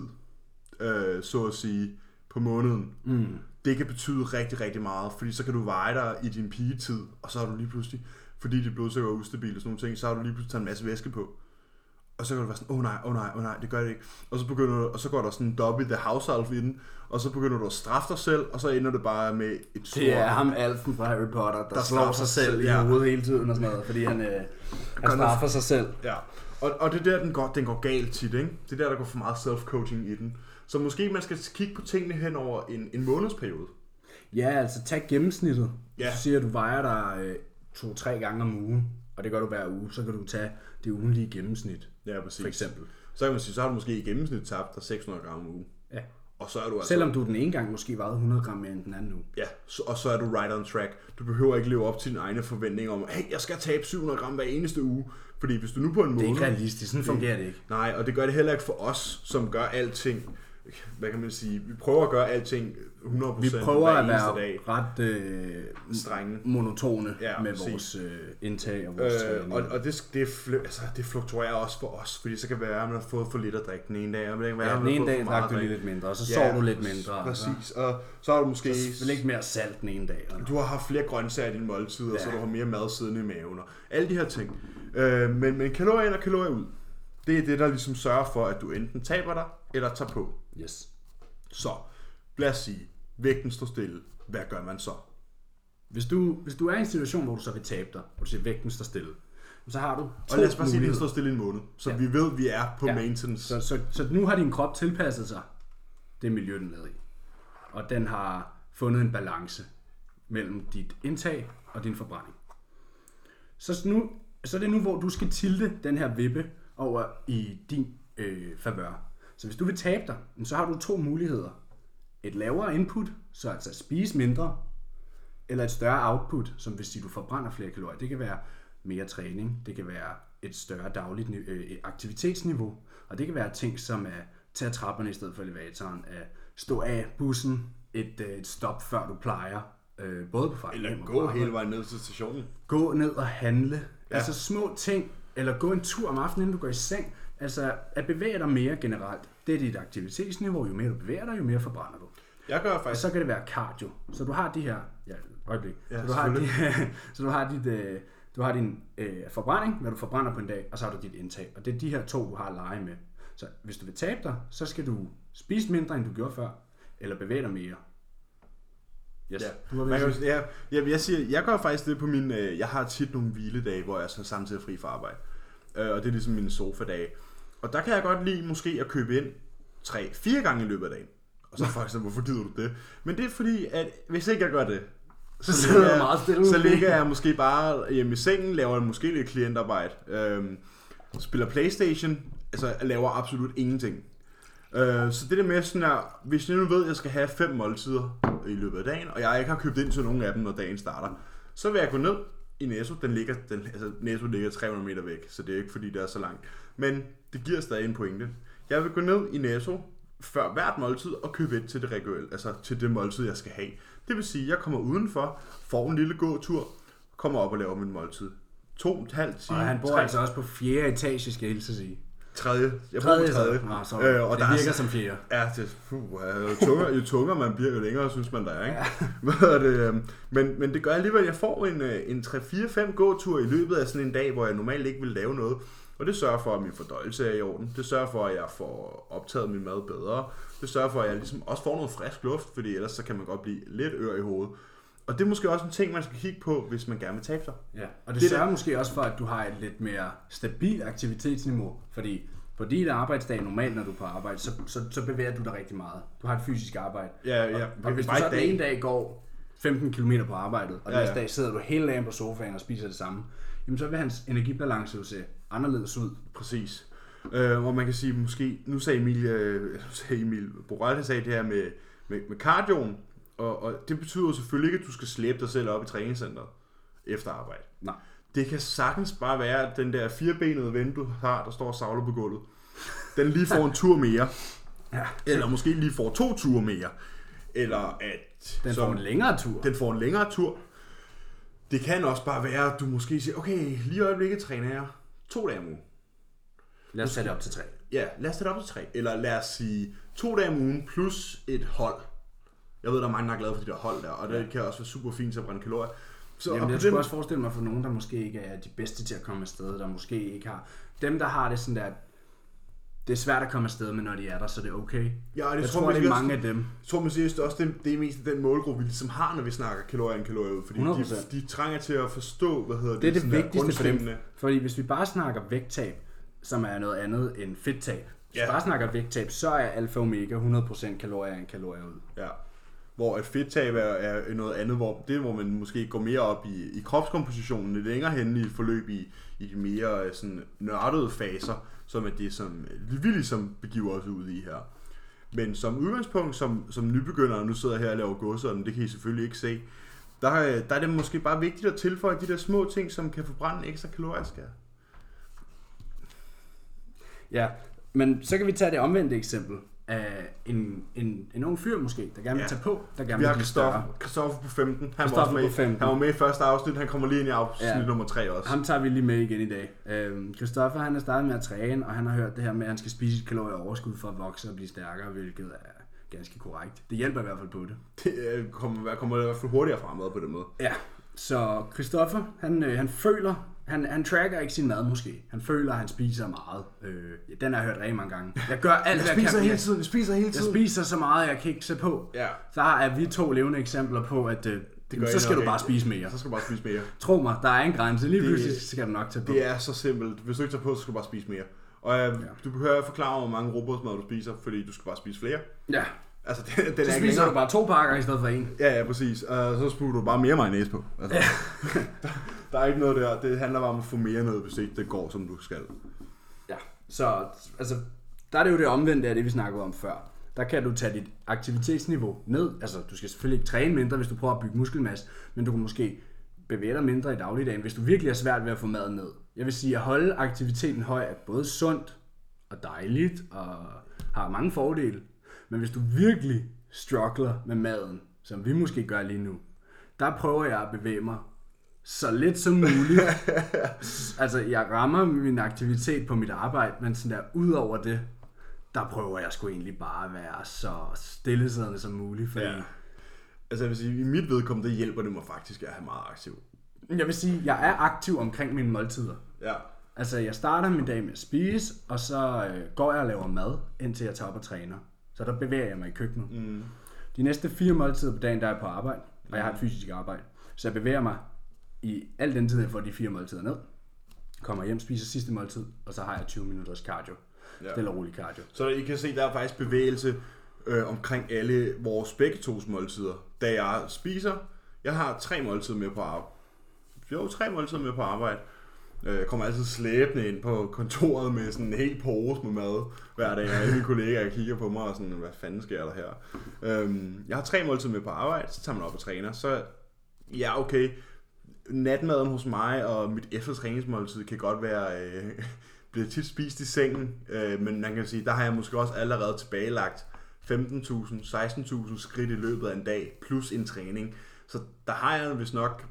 øh, så at sige, på måneden? Mm. Det kan betyde rigtig, rigtig meget, fordi så kan du veje dig i din pigetid, og så har du lige pludselig, fordi dit blodsukker er ustabilt og sådan nogle ting, så har du lige pludselig taget en masse væske på. Og så kan du være sådan, åh oh, nej, åh oh, nej, åh oh, nej, det gør det ikke. Og så, begynder du, og så går der sådan en double the house elf i den, og så begynder du at straffe dig selv, og så ender det bare med et stort... Det er ham elfen fra Harry Potter, der, der slår sig selv i ja. hovedet hele tiden og sådan noget, fordi han, øh, han straffer sig selv. Ja, og, og det er der, den går, den går galt tit, ikke? Det er der, der går for meget self-coaching i den. Så måske man skal kigge på tingene hen over en, en månedsperiode. Ja, altså tag gennemsnittet. Ja. Så siger du, at du vejer dig øh, to-tre gange om ugen, og det gør du hver uge, så kan du tage det ugenlige gennemsnit. Ja, præcis. For eksempel. Så kan man sige, så har du måske i gennemsnit tabt dig seks hundrede gram om ugen. Ja. Og så er du altså, selvom du den ene gang måske vejede hundrede gram mere end den anden uge. Ja, så, og så er du right on track. Du behøver ikke leve op til dine egne forventninger om, hey, jeg skal tabe syv hundrede gram hver eneste uge. Fordi hvis du nu på en måned... Det er ikke realistisk, sådan fungerer det ikke. Nej, og det gør det heller ikke for os, som gør alting... Hvad kan man sige? Vi prøver at gøre alting hundrede procent Vi prøver hver at være dag. ret øh, strenge, monotone ja, med præcis. vores øh, indtag og vores øh, og, og det, det, altså, det fluktuerer også for os, fordi så kan det være, at man har fået for lidt at drikke den ene dag, og det kan være, ja, at den ene dag drak du lige lidt mindre, og så ja, sover du lidt mindre. Præcis, og så har du måske... Så lidt mere salt den ene dag. Eller? Du har haft flere grøntsager i din måltid, og ja. så du har mere mad siddende i maven, og alle de her ting. Øh, men, men kalorier ind og kalorier ud, det er det, der ligesom sørger for, at du enten taber dig, eller tager på. Yes. Så, lad os sige, vægten står stille. Hvad gør man så? Hvis du, hvis du er i en situation, hvor du så vil tabe dig, og du siger, vægten står stille, så har du to Og lad os bare sige, at den muligheder. står stille i en måned, så Ja. vi ved, at vi er på Ja. maintenance. Så, så, så nu har din krop tilpasset sig det miljø, den lavede i. Og den har fundet en balance mellem dit indtag og din forbrænding. Så, nu, så er det nu, hvor du skal tilte den her vippe over i din øh, favør. Så hvis du vil tabe dig, så har du to muligheder. Et lavere input, så altså spise mindre, eller et større output, som vil sige, at du forbrænder flere kalorier. Det kan være mere træning, det kan være et større dagligt øh, aktivitetsniveau, og det kan være ting som at tage trapperne i stedet for elevatoren, at stå af bussen, et, øh, et stop før du plejer, øh, både på vej Eller hjem og gå på arbejde. hele vejen ned til stationen. Gå ned og handle, Ja. altså små ting, eller gå en tur om aftenen, inden du går i seng, altså at bevæge dig mere generelt. Det er dit aktivitetsniveau, jo mere du bevæger dig, jo mere forbrænder du. Jeg gør Og faktisk... så kan det være cardio. Så du har de her, ja, øjeblik. Ja, så, du har de, så du har dit, øh, du har din øh, forbrænding, hvad du forbrænder på en dag, og så har du dit indtag. Og det er de her to, du har at lege med. Så hvis du vil tabe dig, så skal du spise mindre, end du gjorde før, eller bevæge dig mere. Yes. Ja. Du var Man ved kan, at sige- jo- ja, jeg, jeg, siger, jeg gør faktisk det på min... Øh, jeg har tit nogle hviledage, hvor jeg så samtidig er fri fra arbejde. Øh, og det er ligesom mine sofadage. Og der kan jeg godt lide måske at købe ind tre, fire gange i løbet af dagen. Og så er folk sådan, hvorfor gider du det? Men det er fordi, at hvis ikke jeg gør det, så, Så sidder ligger du jeg, meget stille. så ligger jeg måske bare hjemme i sengen, laver måske lidt klientarbejde, øhm, spiller Playstation, altså jeg laver absolut ingenting. Øh, så det der med sådan her, hvis jeg nu ved, at jeg skal have fem måltider i løbet af dagen, og jeg ikke har købt ind til nogen af dem, når dagen starter, så vil jeg gå ned i Netto. Den ligger, den, altså Netto ligger tre hundrede meter væk, så det er ikke fordi, det er så langt. Men det giver stadig en pointe. Jeg vil gå ned i Netto før hvert måltid og købe ind til det regulelle, altså til det måltid, jeg skal have. Det vil sige, at jeg kommer udenfor, får en lille gåtur, kommer op og laver min måltid. To og en halv time, Og han bor tre, altså også på fjerde etage, skal jeg hilse at sige. tredje. Jeg bor Tredje, på tredje. Nå, så, Øh, og det der er virker så- som fjerde. Ja, det, puh, jo, tungere, jo tungere man bliver, jo længere synes man der er, ikke? Hvad hedder det? øhm, Men, men det gør alligevel, at jeg får en, øh, en tre fire fem gåtur i løbet af sådan en dag, hvor jeg normalt ikke vil lave noget. Og det sørger for, at min fordøjelse er i orden. Det sørger for, at jeg får optaget min mad bedre. Det sørger for, at jeg ligesom også får noget frisk luft, fordi ellers så kan man godt blive lidt ør i hovedet. Og det er måske også en ting, man skal kigge på, hvis man gerne vil tabe sig. Ja, og det, Det det sørger der- måske også for, at du har et lidt mere stabilt aktivitetsniveau, fordi på din arbejdsdag normalt, når du er på arbejde, så, så, så bevæger du dig rigtig meget. Du har et fysisk arbejde. Ja, ja. Og, og hvis du Bare så i den dag. ene dag går femten kilometer på arbejdet, og Ja, næste ja. dag sidder du hele dagen på sofaen og spiser det samme, jamen så vil hans energibalance jo se anderledes ud. Præcis. Øh, hvor man kan sige, måske, nu sagde Emil, øh, nu sagde Emil Borrell, han sagde det her med, med, med cardioen, og, og det betyder jo selvfølgelig ikke, at du skal slæbe dig selv op i træningscenteret efter arbejde. Nej. Det kan sagtens bare være, at den der firebenede ven, du har, der står og savler på gulvet, den lige får en tur mere. Ja. Eller måske lige får to ture mere. Eller at... Den som- får en længere tur. den får en længere tur. Det kan også bare være, at du måske siger, okay, lige i øjeblikket træner jeg to dage om ugen. Lad os tage det op til tre. Ja, lad os tage det op til tre. Eller lad os sige to dage om ugen plus et hold. Jeg ved, der er mange, der er glade for de der hold der, og det kan også være super fint til at brænde kalorier. Så Jamen, og jeg på skulle den- også forestille mig for nogen, der måske ikke er de bedste til at komme afsted, der måske ikke har... Dem, der har det sådan der... Det er svært at komme afsted, men når de er der, så er det okay. Ja, og det Jeg tror, tror, man det er også- mange af dem. Jeg tror, man siger, det er også den, det er mest den målgruppe, vi ligesom har, når vi snakker kalorier ind, kalorier ud. Fordi hundrede de, procent. de trænger til at forstå, hvad hedder det, Det er det sådan der vigtigste for dem. grundstemmene. Fordi hvis vi bare snakker vægttab, som er noget andet end fedttab. Hvis Ja. vi bare snakker vægttab, så er alfa og omega hundrede procent kalorier ind, kalorier ud. Ja. Hvor et fedttab er, er noget andet, hvor det hvor man måske går mere op i, i kropskompositionen, lidt længere henne i et forløb i, i de mere sådan nørdede faser, som er det, som vi ligesom begiver os ud i her. Men som udgangspunkt, som, som nybegyndere, nu sidder jeg her og laver gåsehud, det kan I selvfølgelig ikke se, der, der er det måske bare vigtigt at tilføje de der små ting, som kan forbrænde ekstra kalorier. Ja, men så kan vi tage det omvendte eksempel af en, en, en ung fyr måske, der gerne vil ja. tage på, der gerne vi vil blive større. Christoffer på femten. Han var, med, på femten. Han var med i første afsnit, han kommer lige ind i afsnit ja. nummer tre også. Ham tager vi lige med igen i dag. Øhm, Christoffer, han er startet med at træne, og han har hørt det her med, at han skal spise kalorier overskud for at vokse og blive stærkere, hvilket er ganske korrekt. Det hjælper i hvert fald på det. Det kommer, kommer i hvert fald hurtigere fremad på den måde. Ja, så Christoffer, han, han føler, han, han tracker ikke sin mad måske. Han føler, at han spiser meget. Øh, den har jeg hørt rigtig mange gange. Jeg gør alt, jeg, jeg spiser kan. hele tiden. Jeg spiser hele tiden. Jeg spiser så meget, jeg kan ikke se på. Ja. Så er vi to levende eksempler på, at øh, det så skal du bare spise mere. Så skal du bare spise mere. Tro mig, der er en grænse. Lige pludselig skal du nok tage på. Det er så simpelt. Hvis du ikke tager på, så skal du bare spise mere. Og øh, ja. du behøver at forklare, hvor mange robotsmad du spiser, fordi du skal bare spise flere. Ja. Altså, den, den så spiser længere. Du bare to pakker i stedet for en. Ja, ja, præcis. Og så sputter du bare mere mayonnaise på. Altså, ja. der, der er ikke noget der. Det handler bare om at få mere ned, hvis ikke det går, som du skal. Ja, så altså, der er det jo det omvendte af det, vi snakkede om før. Der kan du tage dit aktivitetsniveau ned. Altså, du skal selvfølgelig ikke træne mindre, hvis du prøver at bygge muskelmasse, men du kan måske bevæge dig mindre i dagligdagen, hvis du virkelig er svært ved at få maden ned. Jeg vil sige, at holde aktiviteten høj er både sundt og dejligt og har mange fordele. Men hvis du virkelig struggler med maden, som vi måske gør lige nu, der prøver jeg at bevæge mig så lidt som muligt. Altså, jeg rammer min aktivitet på mit arbejde, men sådan der, ud over det, der prøver jeg sgu egentlig bare at være så stillesiddende som muligt. Fordi... Ja. Altså, jeg vil sige, i mit vedkommende, det hjælper det mig faktisk at have meget aktiv. Jeg vil sige, jeg er aktiv omkring mine måltider. Ja. Altså, jeg starter min dag med at spise, og så øh, går jeg og laver mad, indtil jeg tager op og træner. Så der bevæger jeg mig i køkkenet. Mm. De næste fire måltider på dagen, der er jeg på arbejde, og jeg har et fysisk arbejde. Så jeg bevæger mig i al den tid, jeg får de fire måltider ned. Kommer hjem, spiser sidste måltid, og så har jeg tyve minutters cardio. Ja. Stille og rolig cardio. Så I kan se, der er faktisk bevægelse øh, omkring alle vores begge tos måltider. Da jeg spiser, jeg har tre måltider med på arbejde. Jo, tre måltider med på arbejde. Jeg kommer altid slæbende ind på kontoret med sådan en hel pose med mad hver dag, og alle mine kollegaer kigger på mig og sådan, hvad fanden sker der her? Øhm, jeg har tre måltider med på arbejde, så tager man op og træner, så ja, okay, natmaden hos mig og mit eftertræningsmåltid kan godt være, øh, bliver tit spist i sengen, øh, men man kan sige, der har jeg måske også allerede tilbagelagt femten tusind, seksten tusind skridt i løbet af en dag, plus en træning, så der har jeg vist nok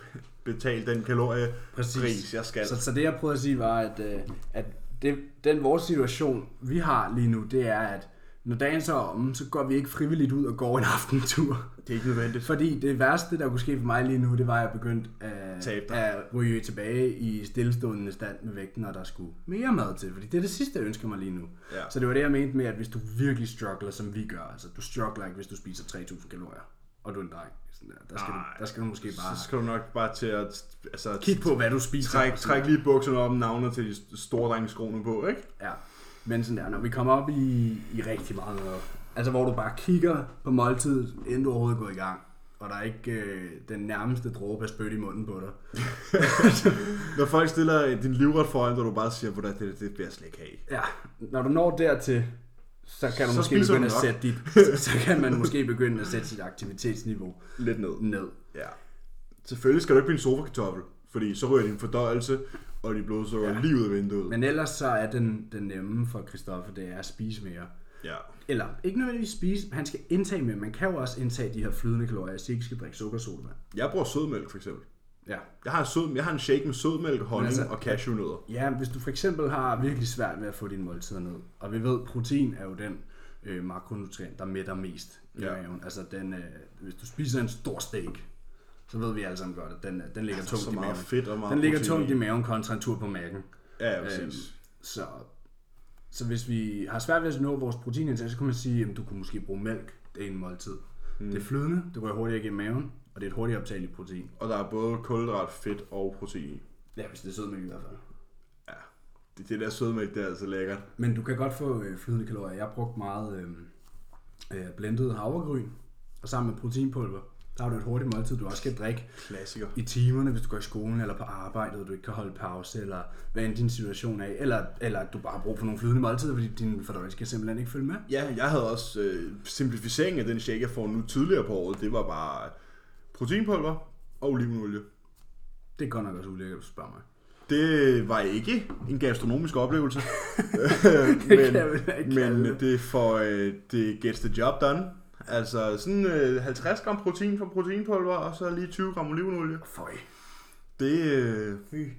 betale den kaloriepris, jeg skal. Så, så det jeg prøvede at sige var, at, at det, den vores situation, vi har lige nu, det er, at når dagen så er om, så går vi ikke frivilligt ud og går en aftentur. Det er ikke nødvendigt. Fordi det værste, der kunne ske for mig lige nu, det var, at jeg begyndte at, at ryge tilbage i stillestående stand med vægten, og der skulle mere mad til. Fordi det er det sidste, jeg ønsker mig lige nu. Ja. Så det var det, jeg mente med, at hvis du virkelig struggler, som vi gør, altså du struggler ikke, hvis du spiser tre tusind kalorier, og du er en dreng. Der skal, du, der skal du måske bare... Så skal du nok bare til at... Altså, kigge på, hvad du spiser. Træk, træk lige bukserne op, navnet til de store drengeskoene på, ikke? Ja, men sådan der, når vi kommer op i, i rigtig meget noget, altså hvor du bare kigger på måltidet, inden du overhovedet går i gang, og der er ikke øh, den nærmeste dråbe af spyt i munden på dig. Når folk stiller din livret foran, og du bare siger, hvordan det, det bliver jeg slet ikke have. Ja, når du når dertil, så kan du så måske begynde at sætte dit, så kan man måske begynde at sætte sit aktivitetsniveau lidt ned. ned. Ja. Selvfølgelig skal du ikke blive en sofakartoffel, fordi så ryger din fordøjelse og dit blodsukker ja. lige ud af vinduet. Men ellers så er den, den nemme for Christoffer, det er at spise mere. Ja. Eller ikke nødvendigvis spise, han skal indtage mere. Man kan jo også indtage de her flydende kalorier, så ikke skal drikke sukkersodavand. Jeg bruger sødmælk for eksempel. Ja. Jeg har en, sød, jeg har en shake med sødmælk, honning altså, og cashewnødder. Ja, hvis du for eksempel har virkelig svært ved at få dine måltider ned, og vi ved, protein er jo den øh, makronutrient, der mætter mest i ja. maven. Altså, den, øh, hvis du spiser en stor steak, så ved vi alle sammen godt, at den, den ligger tungt i maven. Fedt og meget den ligger protein. tungt i maven kontra en tur på maven. Ja, ja, præcis. Øhm, så, så hvis vi har svært ved at nå vores proteinindtag, så kan man sige, at du kunne måske bruge mælk, det er en måltid. Mm. Det er flydende, det går hurtigere igennem maven, og det er et hurtigt optageligt protein. Og der er både kulhydrat, fedt og protein. Ja, hvis det er sødmælk i hvert fald. Ja, det, det der sødmælk, det er altså lækkert. Men du kan godt få øh, flydende kalorier. Jeg har brugt meget øh, øh, blendet havregryn, og sammen med proteinpulver. Der har du et hurtigt måltid, du også skal drikke. Klassiker. I timerne, hvis du går i skolen eller på arbejdet, og du ikke kan holde pause, eller hvad end din situation er, eller, eller du bare har brug for nogle flydende måltider, fordi din fordøjelse skal simpelthen ikke følge med. Ja, jeg havde også øh, simplificeringen af den shake, jeg får nu tidligere på året, det var bare proteinpulver og olivenolie. Det er godt nok også ulækkert, hvis du spørger mig. Det var ikke en gastronomisk oplevelse, det men, men det, det for øh, det gets the job done. Altså sådan øh, halvtreds gram protein fra proteinpulver, og så lige tyve gram olivenolie. Føj. Det øh,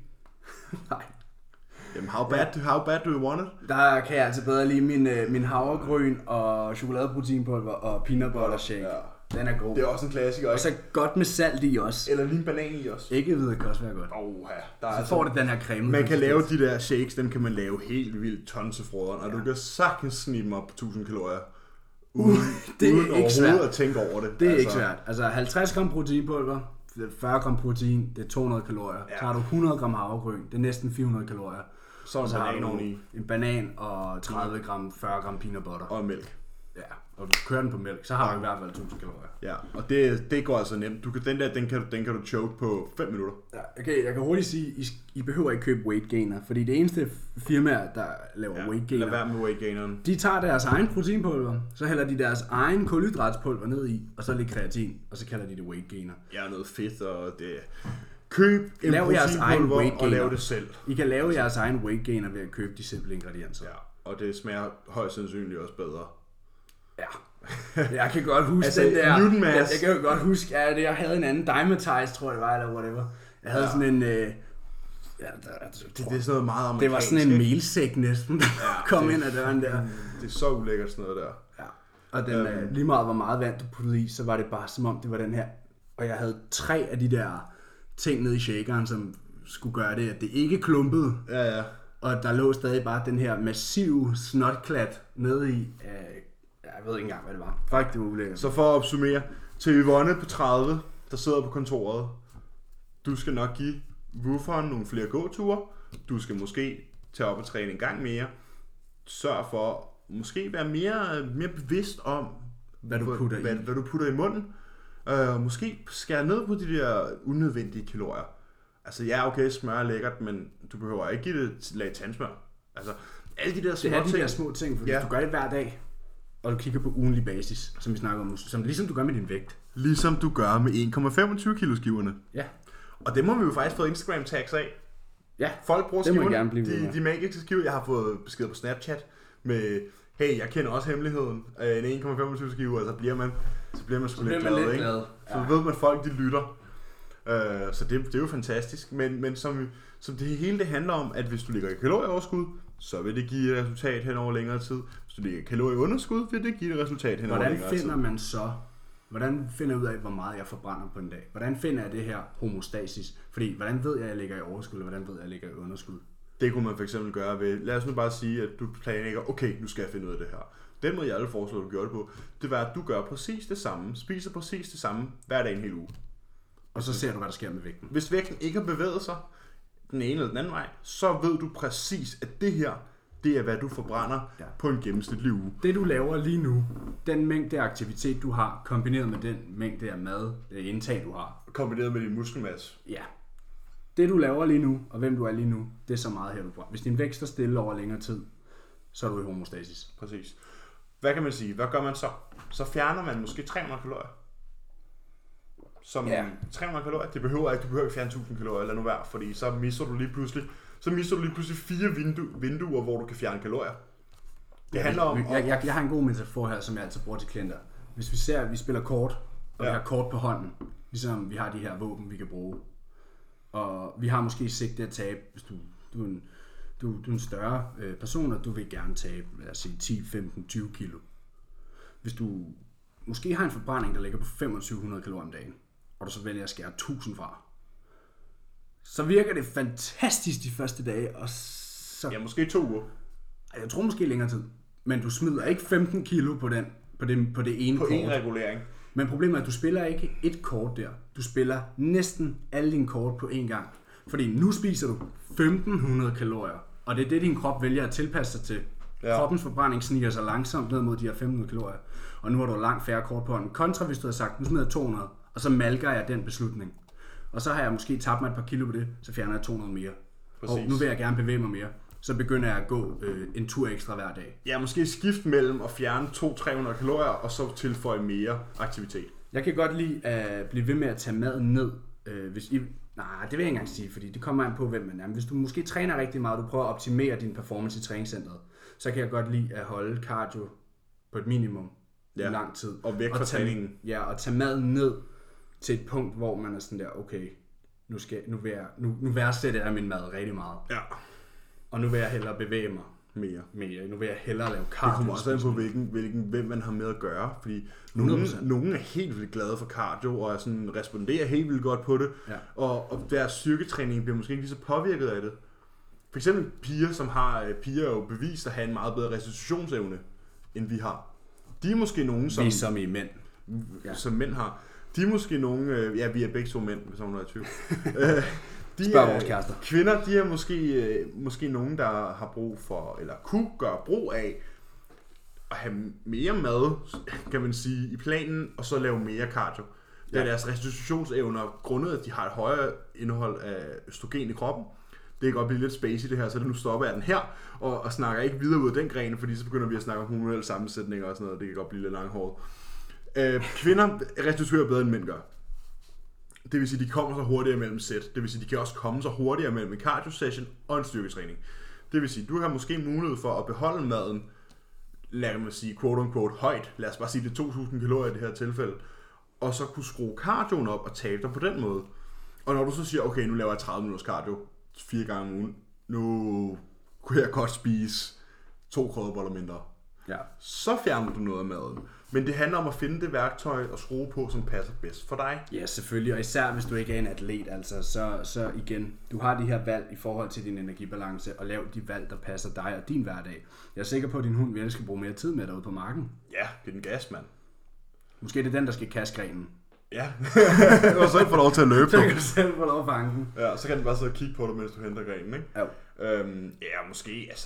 Nej. Jamen, how bad, how bad do you want it? Der kan jeg altså bedre lide min, øh, min havregryn og chokoladeproteinpulver og peanut butter shake. Ja. Den er god. Det er også en klassiker, ikke? Og så godt med salt i også. Eller lige en banan i også. Ikke videre kan også være godt. Oh, ja. Der er så altså, får det den her creme. Man kan lave de der shakes, dem kan man lave helt vildt tonsefroderen, og ja. Du kan sagtens snige dem op på tusind kalorier. Uden, det er uden ikke overhovedet svært. At tænke over det. Det er altså. ikke svært. Altså halvtreds gram proteinpulver, fyrre gram protein, det er to hundrede kalorier. Ja. Så har du hundrede gram havregryn, det er næsten fire hundrede kalorier. Så, og så har du en, en banan og tredive gram, fyrre gram peanut butter. Og mælk. Ja, og du kører den på mælk, så har du i hvert fald tusind kalorier. Ja, og det, det går altså nemt. Du kan, den der, den kan, den kan du choke på fem minutter. Ja, okay, jeg kan hurtigt sige, I, I behøver ikke købe weight gainer, fordi det eneste firmaer, der laver ja, weight gainer, lad være med weight gaineren. De tager deres egen proteinpulver, så hælder de deres egen kulhydratspulver ned i, og så lidt kreatin, og så kalder de det weight gainer. Ja, noget fedt, og det... Køb en lav jeres egen weight gainer, og lav det selv. I kan lave jeres egen weight gainer ved at købe de simple ingredienser. Ja, og det smager højst sandsynligt også bedre. Ja. Jeg kan godt huske altså, den der. Jeg, jeg kan jo godt huske, at jeg havde en anden Dymatize, tror jeg det var, eller whatever. Jeg havde ja. sådan en... Øh, ja, der, altså, det, det er sådan noget meget amerikansk. Det var sådan en melsæk næsten, der ja, kom det, ind ad døren der. Det er så ulækkert sådan noget der. Ja. Og den, um, lige meget hvor meget vand du puttede i, så var det bare som om det var den her. Og jeg havde tre af de der ting nede i shakeren, som skulle gøre det, at det ikke klumpede. Ja, ja. Og der lå stadig bare den her massive snotklat nede i. Øh, jeg ved ikke engang, hvad det var. Fuck, det var ulækkert. Så for at opsummere, til Yvonne på tredive, der sidder på kontoret, du skal nok give wooferen nogle flere gåture. Du skal måske tage op og træne en gang mere. Sørg for at måske være mere, mere bevidst om, hvad du putter, hvad, i. Hvad du putter i munden. Uh, måske skære ned på de der unødvendige kalorier. Altså ja, okay, smør er lækkert, men du behøver ikke give det et lag tandsmør. Altså alle de der små det er ting. de der små ting, for ja. Hvis du gør det hver dag, og du kigger på ugenlig basis, som vi snakker om, som ligesom du gør med din vægt. Ligesom du gør med en komma femogtyve kilo skiverne. Ja. Og det må vi jo faktisk få Instagram tags af. Ja, folk bruger skiverne, de, de, de magiske skiver. Jeg har fået besked på Snapchat med, hey, jeg kender også hemmeligheden af en en komma femogtyve skive, og så bliver man, så bliver man sgu lidt glad, ikke? Glad. Ja. Så ved man, at folk de lytter. Uh, så det, det er jo fantastisk. Men, men som, som det hele det handler om, at hvis du ligger i kalorieoverskud, så vil det give et resultat hen over længere tid. Hvis du ligger i kalorieunderskud, vil det give et resultat hen over længere tid. Hvordan finder man så, hvordan finder jeg ud af, hvor meget jeg forbrænder på en dag? Hvordan finder jeg det her homostasis? Fordi, hvordan ved jeg, at jeg ligger i overskud, eller hvordan ved jeg, at jeg ligger i underskud? Det kunne man for eksempel gøre ved, lad os nu bare sige, at du planlægger, okay, nu skal jeg finde ud af det her. Den måde, jeg alle foreslår, at du gjorde det på, det var, at du gør præcis det samme, spiser præcis det samme, hver dag en hel uge. Og så ser du, hvad der sker med vægten. Hvis vægten ikke har bevæget sig den ene eller den anden vej, så ved du præcis, at det her, det er, hvad du forbrænder ja. På en gennemsnitlig uge. Det, du laver lige nu, den mængde af aktivitet, du har, kombineret med den mængde af mad, det indtag, du har. Kombineret med din muskelmasse. Ja. Det, du laver lige nu, og hvem du er lige nu, det er så meget her, du brænder. Hvis din vægt står stille over længere tid, så er du i homostasis. Præcis. Hvad kan man sige? Hvad gør man så? Så fjerner man måske tre hundrede kalorier. Som ja. tre hundrede kalorier, det behøver ikke, du behøver ikke fjerne tusind kalorier, lad nu være, fordi så misser du lige pludselig, så misser du lige pludselig fire vindu- vinduer, hvor du kan fjerne kalorier. Det ja, handler om... Jeg, jeg, jeg har en god metafor her, som jeg altid bruger til klienter. Hvis vi ser, at vi spiller kort, og ja. Vi har kort på hånden, ligesom vi har de her våben, vi kan bruge, og vi har måske sigte at tabe, hvis du, du, er, en, du, du er en større øh, person, og du vil gerne tabe, lad os sige, ti, femten, tyve kilo. Hvis du måske har en forbrænding, der ligger på to tusind fem hundrede kalorier om dagen, og du så vælger at skære tusind fra, så virker det fantastisk de første dage, og så... Ja, måske to uger. Jeg tror måske længere tid, men du smider ikke femten kilo på, den, på, det, på det ene på kort. På en regulering. Men problemet er, at du spiller ikke et kort der. Du spiller næsten alle dine kort på én gang. Fordi nu spiser du femten hundrede kalorier, og det er det, din krop vælger at tilpasse sig til. Ja. Kroppens forbrænding sniger sig langsomt ned mod de her fem hundrede kalorier, og nu har du langt færre kort på hånden. Kontra hvis du havde sagt, nu smider jeg to hundrede, Og så malker jeg den beslutning. Og så har jeg måske tabt mig et par kilo på det, så fjerner jeg to hundrede mere. Præcis. Og nu vil jeg gerne bevæge mig mere. Så begynder jeg at gå øh, en tur ekstra hver dag. Ja, måske skift mellem at fjerne to til tre hundrede kalorier, og så tilføje mere aktivitet. Jeg kan godt lide at blive ved med at tage maden ned. Øh, hvis I, nej, det vil jeg ikke engang sige, fordi det kommer an på, hvem man er. Men hvis du måske træner rigtig meget, og du prøver at optimere din performance i træningscenteret, så kan jeg godt lide at holde cardio på et minimum ja. i lang tid. Og væk fra træningen. Ja, og tage maden ned til et punkt, hvor man er sådan der, okay, nu, skal, nu, vil jeg, nu, nu værdsætter jeg min mad rigtig meget. Ja. Og nu vil jeg hellere bevæge mig mere. mere. Nu vil jeg hellere lave cardio. Det kommer også an på, hvilken, hvilken, hvem man har med at gøre. Fordi nogen, nogen er helt vildt glade for cardio, og er sådan, responderer helt vildt godt på det. Ja. Og, og deres styrketræning bliver måske ikke lige så påvirket af det. For eksempel piger, som har piger er jo bevist at have en meget bedre restitutionsevne, end vi har. De er måske nogen, som... Vi som i mænd. Ja. Som mænd har. De er måske nogen... Ja, vi er begge to mænd, hvis nogen er i tvivl. De Spørg vores kærester. Kvinder, de er måske, måske nogen, der har brug for, eller kunne gøre brug af, at have mere mad, kan man sige, i planen, og så lave mere cardio. Det er ja. deres restitutionsevner, grundet at de har et højere indhold af østrogen i kroppen. Det kan godt blive lidt spacey det her, så det nu stopper jeg den her, og, og snakker ikke videre ud af den gren, fordi så begynder vi at snakke om hormonelle sammensætninger og sådan noget, det kan godt blive lidt langhåret. Øh, kvinder restituerer bedre end mænd gør. Det vil sige, de kommer så hurtigere mellem sæt. Det vil sige, de kan også komme så hurtigere mellem en cardio session og en styrketræning. Det vil sige, du har måske mulighed for at beholde maden, lad mig sige, quote unquote, højt. Lad os bare sige, det er to tusind kalorier i det her tilfælde. Og så kunne skrue cardioen op og tabe dig på den måde. Og når du så siger, okay, nu laver jeg tredive minutters cardio fire gange om ugen. Nu kunne jeg godt spise to krydderboller mindre. Ja. Så fjerner du noget af maden. Men det handler om at finde det værktøj og skrue på, som passer bedst for dig. Ja, selvfølgelig. Og især hvis du ikke er en atlet, altså, så, så igen, du har de her valg i forhold til din energibalance, og lav de valg, der passer dig og din hverdag. Jeg er sikker på, at din hund virkelig skal bruge mere tid med derude på marken. Ja, det er den gas, mand. Måske er det den, der skal kaste grenen. Ja, og så får lov til at løbe. Så kan du selv få lov at fange den. Ja, så kan den bare sidde og kigge på dig, mens du henter grenen, ikke? Ja. Øhm, ja, måske, altså...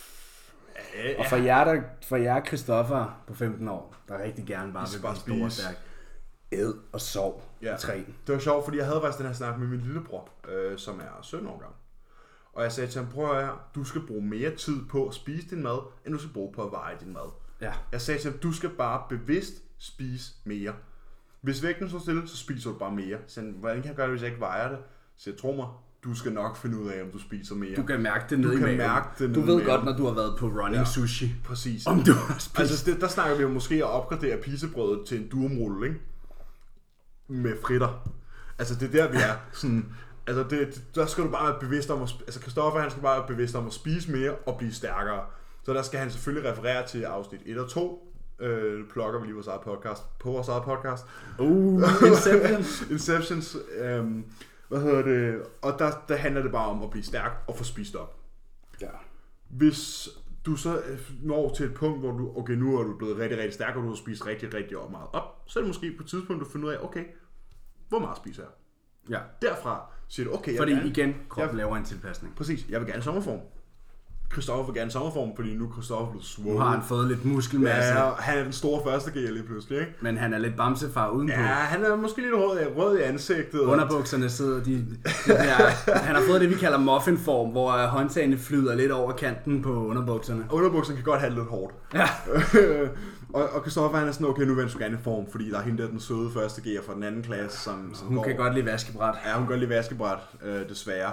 Ja. Og for jer, der, for jer Christoffer på femten år, der rigtig gerne bare vil bare blive stor og stærk, æd og sov ja. i træen. Det var sjovt, fordi jeg havde faktisk den her snak med min lillebror, øh, som er sytten år gammel. Og jeg sagde til ham, prøv at høre, du skal bruge mere tid på at spise din mad, end du skal bruge på at veje din mad. Ja. Jeg sagde til ham, du skal bare bevidst spise mere. Hvis vægten står stille, så spiser du bare mere. Så hvordan kan jeg gøre det, hvis jeg ikke vejer det? Så jeg tror mig, du skal nok finde ud af, om du spiser mere. Du kan mærke det nede i maven. Mærke det du ved godt, når du har været på running ja, sushi. Præcis. Om du har spist. Altså, det, der snakker vi jo måske at opgradere pisebrødet til en durumrulle, ikke? Med fritter. Altså, det er der, vi er. Sådan, altså, det, der skal du bare være bevidst om at... Altså, Christoffer, han skal bare være bevidst om at spise mere og blive stærkere. Så der skal han selvfølgelig referere til afsnit et og to. Øh, plukker vi lige vores eget podcast. På vores eget podcast. Uh, Inception. Inceptions. Øhm, Hvad hedder det? Og der, der handler det bare om at blive stærk og få spist op. Ja. Hvis du så når til et punkt, hvor du, okay, nu er du blevet rigtig, rigtig stærk, og du har spist rigtig, rigtig meget op, så er det måske på et tidspunkt, du finder ud af, okay, hvor meget spiser jeg? Ja. Derfra siger du, okay, jeg Fordi vil gerne, igen, kroppen laver en tilpasning. Præcis, jeg vil gerne sommerform. Christoffer vil gerne sommerform, fordi nu er Christoffer blevet svåget. Nu har han fået lidt muskelmasse. Ja, han er den store første gear lige pludselig, ikke? Men han er lidt bamsefar udenpå. Ja, han er måske lidt rød, rød i ansigtet. Underbukserne sidder, de, de der, han har fået det, vi kalder muffinform, hvor håndtagene flyder lidt over kanten på underbukserne. Underbukserne kan godt have det lidt hårdt. Ja. og, og Christoffer, han er sådan, okay, nu vil han sgu gerne i form, fordi der er hende der, den søde første gear fra den anden klasse, som, som Hun går. kan godt lide vaskebræt. Ja, hun kan godt lide vaskebræt, øh, desværre.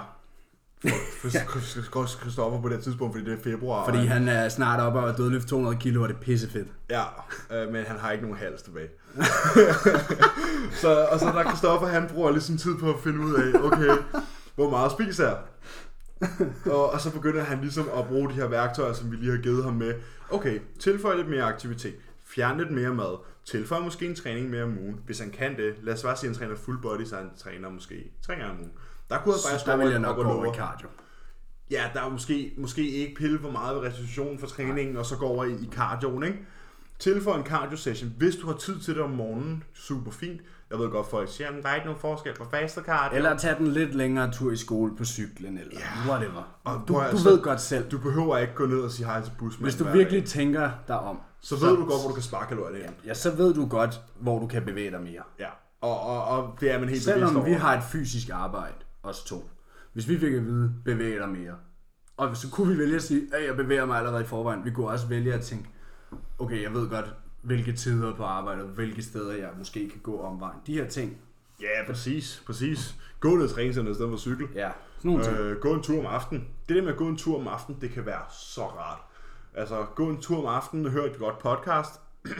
For Christoffer på det tidspunkt, fordi det er februar. Fordi han er snart oppe og dødløft to hundrede kilo, og det er pissefedt. Ja, øh, men han har ikke nogen hals tilbage. så, og så der Christoffer, han bruger lidt sin tid på at finde ud af, okay, hvor meget spiser jeg? og, og så begynder han ligesom at bruge de her værktøjer, som vi lige har givet ham med. Okay, tilføj lidt mere aktivitet, fjern lidt mere mad, tilføj måske en træning mere om ugen. Hvis han kan det, lad os bare sige, at han træner full body, så han træner måske tre gange om ugen. Der kunne jeg så der vil jeg nok gå over i cardio. Ja, der er måske, måske ikke pille for meget ved restitution for træningen, og så gå over i, i cardioen, ikke? Tilføj en cardio session. Hvis du har tid til det om morgenen, super fint. Jeg ved godt, folk siger, at der er ikke nogen forskel på faste cardio. Eller tage den lidt længere tur i skole på cyklen, eller ja. whatever. Og du, du altså, ved godt selv. Du behøver ikke gå ned og sige hej til busmanden. Hvis du virkelig tænker dig om, så ved så, du godt, hvor du kan spare kalorier ind. Ja, så ved du godt, hvor du kan bevæge dig mere. Ja. Og, og, og det er man helt Selvom bevidst over. vi har et fysisk arbejde, os to. Hvis vi fik at vide, bevæge dig mere. Og så kunne vi vælge at sige, at jeg bevæger mig allerede i forvejen. Vi kunne også vælge at tænke, okay, jeg ved godt, hvilke tider på arbejde, og hvilke steder jeg måske kan gå omvejen. De her ting. Ja, præcis, præcis. Gå ned i træningscenteret i stedet for cykel. Ja, sådan nogle ting. Øh, gå en tur om aftenen. Det der med at gå en tur om aftenen, det kan være så rart. Altså, gå en tur om aftenen og høre et godt podcast.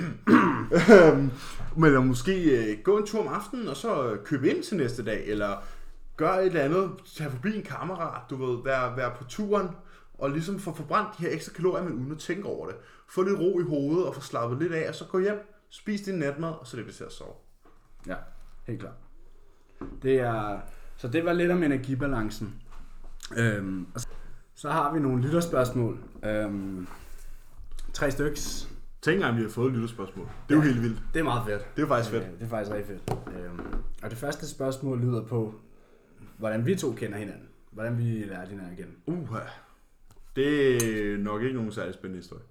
Men måske øh, gå en tur om aftenen, og så købe ind til næste dag, eller gør et eller andet, tage forbi en kammerat, du ved, være, være på turen, og ligesom få forbrændt de her ekstra kalorier, men uden at tænke over det. Få lidt ro i hovedet, og få slappet lidt af, og så gå hjem, spis din natmad, og så det vi til at sove. Ja, helt klart. Det er, så det var lidt om energibalancen. Øhm, og så har vi nogle lytterspørgsmål. Øhm, tre styks. Tænk engang, vi har fået et lytterspørgsmål. Det er ja, jo helt vildt. Det er meget fedt. Det er faktisk fedt. Øh, det er faktisk rigtig fedt. Øhm, og det første spørgsmål lyder på, hvordan vi to kender hinanden. Hvordan vi lærte hinanden igen. Uha. Det er nok ikke nogen særlig spændende historie.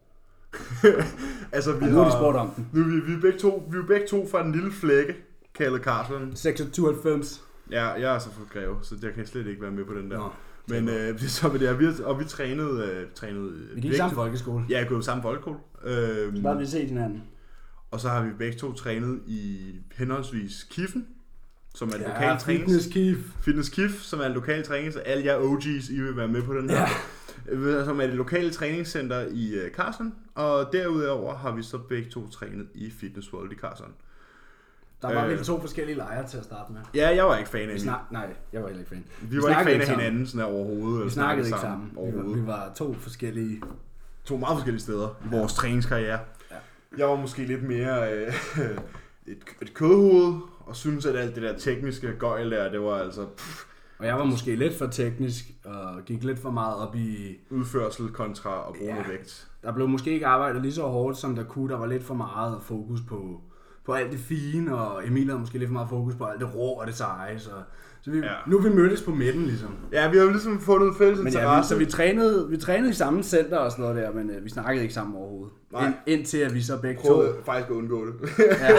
altså, vi og nu har har de spurgt om den. Nu, vi, vi, er begge to, vi er begge to fra den lille flække, kaldet Carlsson. seksoghalvfems. Ja, jeg er så fra Greve, så jeg kan slet ikke være med på den der. Nå, men øh, så med det her, vi, og vi trænede... Øh, trænede vi gik i samme folkeskole. Ja, jeg gik i samme folkeskole. Øh, så har vi set hinanden. Og så har vi begge to trænet i henholdsvis Kiffen, som er en ja, lokal trænings... Fitness Kif. Fitness Kif, som er en lokal træning, så alle jer O G's, I vil være med på den her. Ja. Som er det lokale træningscenter i uh, Carlsson, og derudover har vi så begge to trænet i Fitness World i Carlsson. Der var øh, vel to forskellige lejre til at starte med. Ja, jeg var ikke fan af snak... Nej, jeg var heller ikke fan. Vi, vi var ikke fan af hinanden sådan her overhovedet. Vi snakkede ikke sammen. sammen overhovedet. Vi, var, vi var to forskellige... To meget forskellige steder i vores ja. træningskarriere. Ja. Jeg var måske lidt mere øh, et, et kødhoved, og synes at alt det der tekniske gøjl der, det var altså... Pff, og jeg var måske lidt for teknisk, og gik lidt for meget op i... udførsel kontra at bruge ja. vægt. Der blev måske ikke arbejdet lige så hårdt, som der kunne. Der var lidt for meget fokus på, på alt det fine, og Emil havde måske lidt for meget fokus på alt det rå og det seje. Så, så vi, ja. nu er vi mødtes på midten, ligesom. Ja, vi har jo ligesom fundet fælles interesse. Ja, så vi trænede, vi trænede i samme center og sådan noget der, men øh, vi snakkede ikke sammen overhovedet. Ind, indtil at vi så begge to... Prøvede faktisk at undgå det. ja.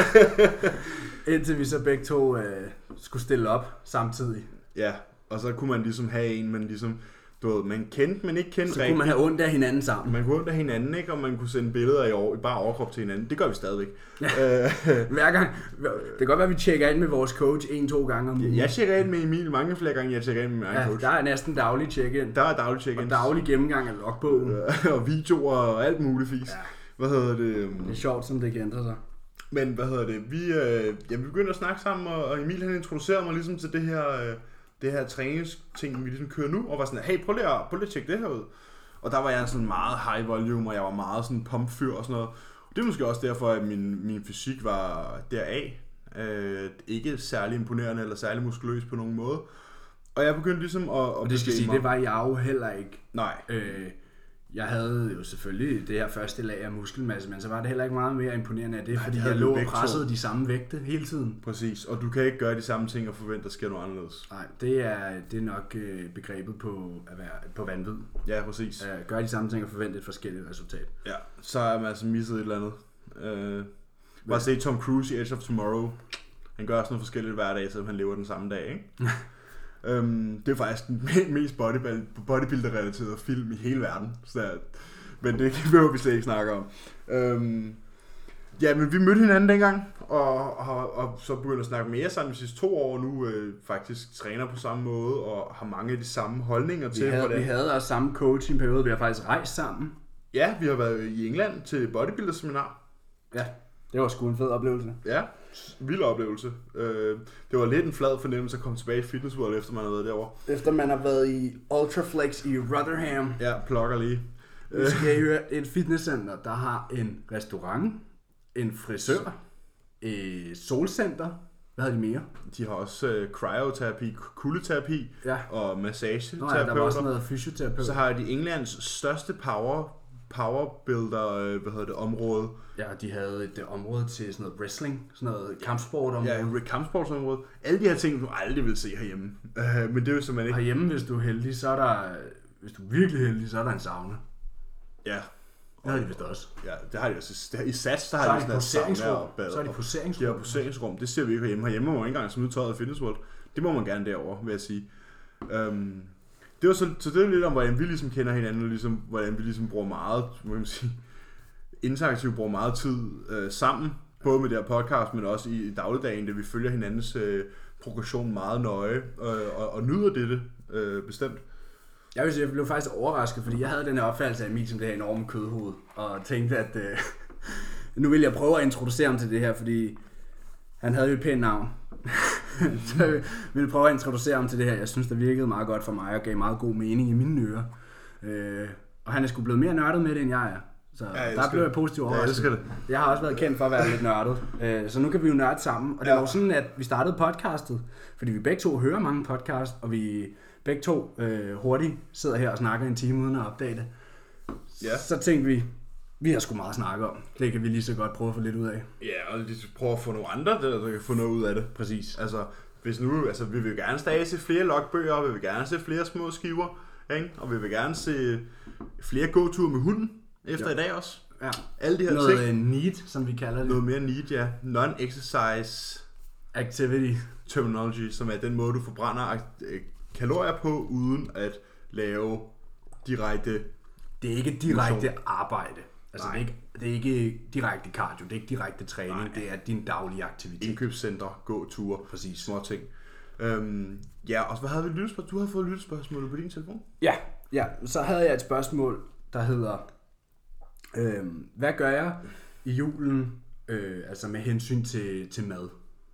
Indtil vi så begge to øh, skulle stille op samtidig. Ja. Og så kunne man ligesom have en, man ligesom, du ved, man kendte, men ikke kendte så rigtig. Så kunne man have ondt af hinanden sammen. Man kunne ondt af hinanden, ikke? Og man kunne sende billeder i år, bare overkrop til hinanden. Det gør vi stadigvæk. Hver gang. Det kan godt være, at vi tjekker ind med vores coach en-to gange om ugen. Jeg tjekker ind med Emil mange flere gange, jeg tjekker ind med min egen ja, coach. Der er næsten daglig check-in. Der er daglig check-in. Og daglig gennemgang af logbogen. og videoer og alt muligt fis. Ja. Hvad hedder det? Det er sjovt, som det kan ændre sig. Men hvad hedder det? Vi, øh, ja, vi begyndte at snakke sammen, og Emil han introducerede mig ligesom til det her... Øh, det her træningsting, vi ligesom kører nu, og var sådan, hey, prøv lige at, prøv lige at tjekke det her ud. Og der var jeg sådan meget high volume, og jeg var meget sådan pumpfyr og sådan noget. Og det er måske også derfor, at min, min fysik var deraf. Øh, ikke særlig imponerende, eller særlig muskuløs på nogen måde. Og jeg begyndte ligesom at... Og det skal sige, mig. Det var jeg jo heller ikke. Nej. Øh, jeg havde jo selvfølgelig det her første lag af muskelmasse, men så var det heller ikke meget mere imponerende af det, nej, fordi det jeg lå og pressede to. de samme vægte hele tiden. Præcis, og du kan ikke gøre de samme ting og forvente, at der sker noget anderledes. Nej, det er, det er nok øh, begrebet på at være på vanvid. Ja, præcis. Øh, gøre de samme ting og forvente et forskelligt resultat. Ja, så er man altså misset et eller andet. Øh, bare se Tom Cruise i Edge of Tomorrow. Han gør også noget forskelligt hver dag, selvom han lever den samme dag, ikke? Um, det er faktisk den mest bodybuilder-relaterede film i hele verden. Så der, men det behøver vi slet ikke snakke om. Um, ja, men vi mødte hinanden dengang, og, og, og så begyndte at snakke mere sammen de sidste to år, nu øh, faktisk træner på samme måde, og har mange af de samme holdninger vi til. Havde, hvordan... Vi havde også samme coach i en periode, vi har faktisk rejst sammen. Ja, vi har været i England til bodybuilder-seminar. Ja, det var sgu en fed oplevelse. Ja, vild oplevelse. Øh, det var lidt en flad fornemmelse at komme tilbage i Fitness World, efter man har været derovre. Efter man har været i Ultraflex i Rotherham. Ja, plukker lige. Nu skal I høre, et fitnesscenter, der har en restaurant, en frisør, et solcenter. Hvad har de mere? De har også øh, cryoterapi, kuldeterapi ja. og massageterapeuter. Nå ja, der var også noget fysioterapeut. Så har de Englands største power powerbuilder, hvad hedder det, område. Ja, de havde et uh, område til sådan noget wrestling, sådan noget kampsportområde. Ja, et kampsportområde. Alle de her ting, du aldrig vil se herhjemme. Uh, men det er jo simpelthen ikke... Herhjemme, hvis du er heldig, så er der... Hvis du er virkelig heldig, så er der en sauna. Ja. Det har de vist også. Ja, det har de også. I Sats, der har så de sådan poseringsrum. Så er de poseringsrum. De har poseringsrum. Det ser vi ikke herhjemme. Herhjemme må man ikke engang smide tøjet af Fitness World. Det må man gerne derovre, vil jeg sige. Um, det var så, så det er lidt om, hvordan vi ligesom kender hinanden, og ligesom, hvordan vi ligesom bruger meget, må jeg sige, interaktivt bruger meget tid øh, sammen, både med det her podcast, men også i, i dagligdagen, da vi følger hinandens øh, progression meget nøje, øh, og, og nyder dette øh, bestemt. Jeg vil sige, jeg blev faktisk overrasket, fordi jeg havde den her opfattelse af Emil som det her enorme kødhoved, og tænkte, at øh, nu vil jeg prøve at introducere ham til det her, fordi han havde jo et pænt navn. Så jeg ville prøve at introducere ham til det her. Jeg synes, det virkede meget godt for mig, og gav meget god mening i mine ører. Øh, og han er sgu blevet mere nørdet med det, end jeg er. Så ja, jeg der blev jeg positivt overrasket. Ja, jeg, jeg har også været kendt for at være lidt nørdet. Øh, så nu kan vi jo nørde sammen. Og det ja. var jo sådan, at vi startede podcastet, fordi vi begge to hører mange podcasts, og vi begge to øh, hurtigt sidder her og snakker en time uden at opdage det. Ja. Så tænkte vi, vi har sgu meget at snakke om. Det kan vi lige så godt prøve at få lidt ud af. Ja, og lige prøve at få nogle andre, der, der kan få noget ud af det. Præcis. Altså, hvis nu, altså, vi vil gerne stadig se flere logbøger, og vi vil gerne se flere små skiver, ikke? Og vi vil gerne se flere gåture med hunden efter ja. i dag også. Ja. Alle de her noget ting. Noget need, som vi kalder det. Noget mere need, ja. Non-exercise activity terminology, som er den måde, du forbrænder kalorier på, uden at lave direkte... Det er ikke direkte motion. Arbejde. Altså det er, ikke, det er ikke direkte cardio, det er ikke direkte træning, Nej. det er din daglige aktivitet. Indkøbscenter, gåture, præcis, små ting. Øhm, ja, og hvad havde vi lyttespørgsmål? Du har fået lyttespørgsmål på din telefon? Ja, ja, så havde jeg et spørgsmål, der hedder, øhm, hvad gør jeg i julen, øh, altså med hensyn til, til mad?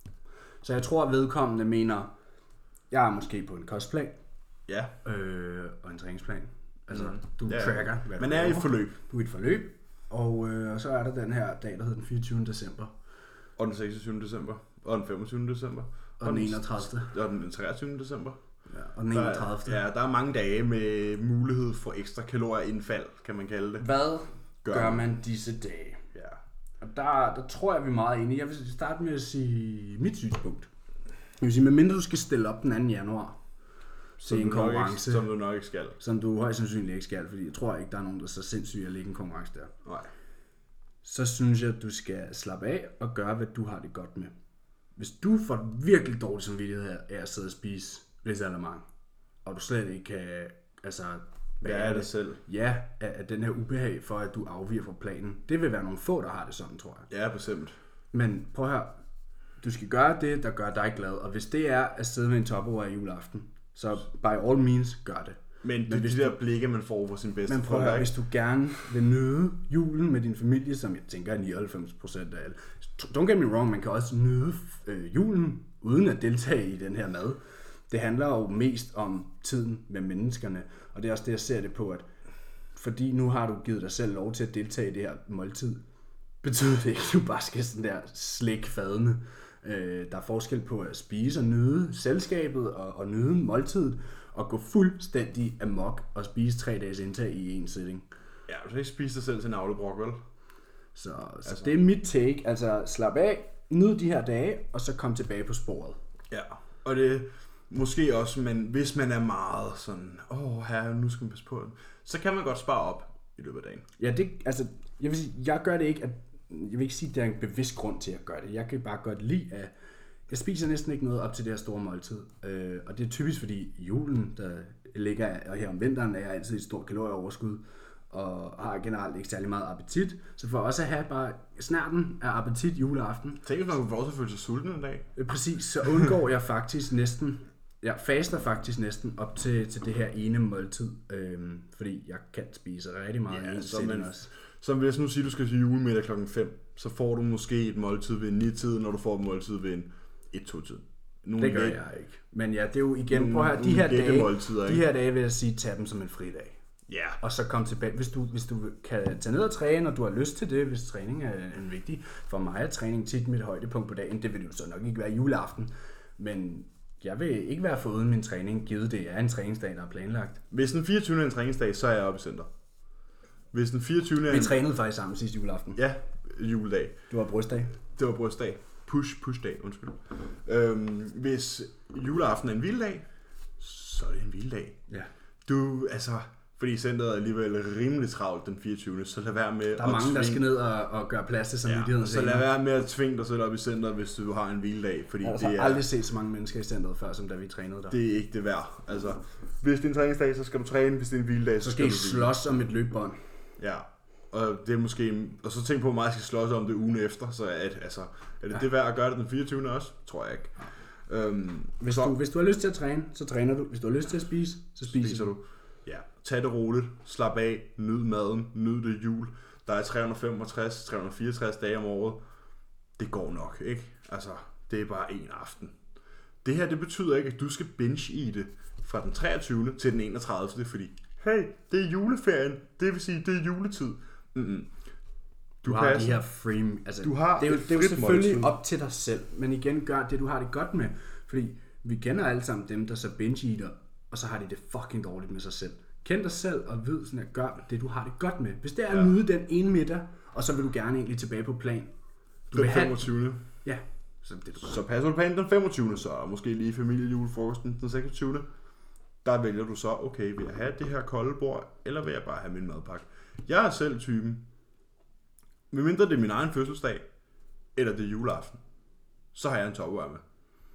Så jeg tror, at vedkommende mener, jeg er måske på en kostplan, ja. øh, og en træningsplan. Altså, mm. du ja, tracker, hvad Man er i et forløb. Du er i et forløb, og, øh, og så er der den her dag, der hedder den fireogtyvende december. Og den seksogtyvende december. Og den femogtyvende december. Og, og den enogtredivte Og den treogtyvende december. Ja, og den enogtredivte Der, ja, der er mange dage med mulighed for ekstra kalorieindfald, kan man kalde det. Hvad gør, gør man disse dage? Ja. Og der, der tror jeg, vi er meget enige. Jeg vil starte med at sige mit synspunkt. Jeg vil sige, medmindre du skal stille op den anden januar, som en konkurrence, ikke, som du nok ikke skal. Som du højst sandsynligt ikke skal, fordi jeg tror ikke, der er nogen, der er så sindssygt at lægge en konkurrence der. Nej. Så synes jeg, at du skal slappe af og gøre, hvad du har det godt med. Hvis du får virkelig dårlig samvittighed af at sidde og spise risalemang, og du slet ikke kan, altså, hvad er det selv? Ja, af den her ubehag for, at du afviger fra planen. Det vil være nogle få, der har det sådan, tror jeg. Ja, bestemt. Men prøv at høre, du skal gøre det, der gør dig glad, og hvis det er at sidde med en topperware i juleaften, så by all means, gør det. Men, Men det hvis de der blikke, man får for sin bedste. Men prøv at høre, hvis du gerne vil nyde julen med din familie, som jeg tænker er nioghalvfems procent af alle. Don't get me wrong, man kan også nyde øh, julen, uden at deltage i den her mad. Det handler jo mest om tiden med menneskerne, og det er også det, jeg ser det på, at fordi nu har du givet dig selv lov til at deltage i det her måltid, betyder det ikke, at du bare skal sådan der slik fadene. Øh, der er forskel på at spise og nyde selskabet og, og nyde måltidet, og gå fuldstændig amok og spise tre dages indtag i en sitting. Ja, du skal ikke spise dig selv til en avlebrok, vel? Så, så altså. Det er mit take. Altså slap af, nyd de her dage, og så kom tilbage på sporet. Ja, og det måske også, men hvis man er meget sådan, åh her, nu skal man passe på den, så kan man godt spare op i løbet af dagen. Ja, det, altså, jeg vil sige, jeg gør det ikke, at, jeg vil ikke sige, at det er en bevidst grund til at gøre det. Jeg kan bare godt lide, at jeg spiser næsten ikke noget op til det her store måltid. Øh, og det er typisk, fordi julen, der ligger, og her om vinteren, er jeg altid et stort kalorieoverskud, og har generelt ikke særlig meget appetit. Så for også at have bare snærten af appetit juleaften. Tænk, hvis man kunne også føle sig sulten en dag. Øh, præcis, så undgår jeg faktisk næsten, jeg faster faktisk næsten op til, til det her ene måltid. Øh, fordi jeg kan spise rigtig meget ja, i en sætning også. Så hvis nu siger, du skal til julemiddag klokken fem, så får du måske et måltid ved en ni-tid, når du får et måltid ved en et-to-tid. Nogle det gør dage. Jeg ikke. Men ja, det er jo igen, prøv at høre, de her dage, de her dage vil jeg sige, tag dem som en fridag. Ja. Yeah. Og så kom tilbage, hvis du, hvis du kan tage ned og træne, og du har lyst til det, hvis træning er en vigtig. For mig er træning tit mit højdepunkt på dagen, det vil jo så nok ikke være juleaften. Men jeg vil ikke være foruden min træning, givet det er en træningsdag, der er planlagt. Hvis den fireogtyvende er en træningsdag, så er jeg oppe i center. Hvis den fireogtyvende er en... Vi trænede faktisk sammen sidste juleaften. Ja, juledag. Det var brystdag. Det var brystdag. Push, push-dag, undskyld. Øhm, hvis juleaften er en hviledag, så er det en hviledag. Ja. Du, altså, Fordi centret er alligevel rimelig travlt den fireogtyvende så lad være med Der er mange, tvinge... der skal ned og, og gøre plads til samvittigheden. Ja, så lad være med at tvinge dig selv op i centret, hvis du har en hviledag. Fordi jeg har det er... aldrig set så mange mennesker i centret før, som da vi trænede der. Det er ikke det værd. Altså, hvis det er en træningsdag, så skal du træne. Hvis det er en hviledag, så skal du slås om et løbbånd. Ja, og det er måske... Og så tænk på, hvor meget jeg skal slås om det ugen efter. Så er det, altså, er det ja. det værd at gøre det den fireogtyvende også? Tror jeg ikke. Øhm, hvis, så... du, hvis du har lyst til at træne, så træner du. Hvis du har lyst til at spise, så spiser, spiser du. Ja, tag det roligt, slap af, nyd maden, nyd det jul. Der er tre hundrede femogtres til tre hundrede fireogtres dage om året. Det går nok, ikke? Altså, det er bare en aften. Det her, det betyder ikke, at du skal binge i det fra den treogtyvende til den enogtredivte fordi, hey, det er juleferien, det vil sige, det er juletid. Mm-mm. Du, du har de her free... Altså, du har det er jo, det er jo selvfølgelig måltid. Op til dig selv, men igen, gør det, du har det godt med. Fordi vi kender alle sammen dem, der så binge-eater, og så har de det fucking dårligt med sig selv. Kend dig selv og vid sådan at gør det, du har det godt med. Hvis det er at nyde den ene middag, og så vil du gerne egentlig tilbage på plan. Du den femogtyvende Have... Ja. Så, det, du så passer du planen den femogtyvende så måske lige familiejulefrokosten den seksogtyvende Der vælger du så, okay, vil jeg have det her kolde bord, eller vil jeg bare have min madpakke? Jeg er selv typen, medmindre det er min egen fødselsdag, eller det er juleaften, så har jeg en topperware med.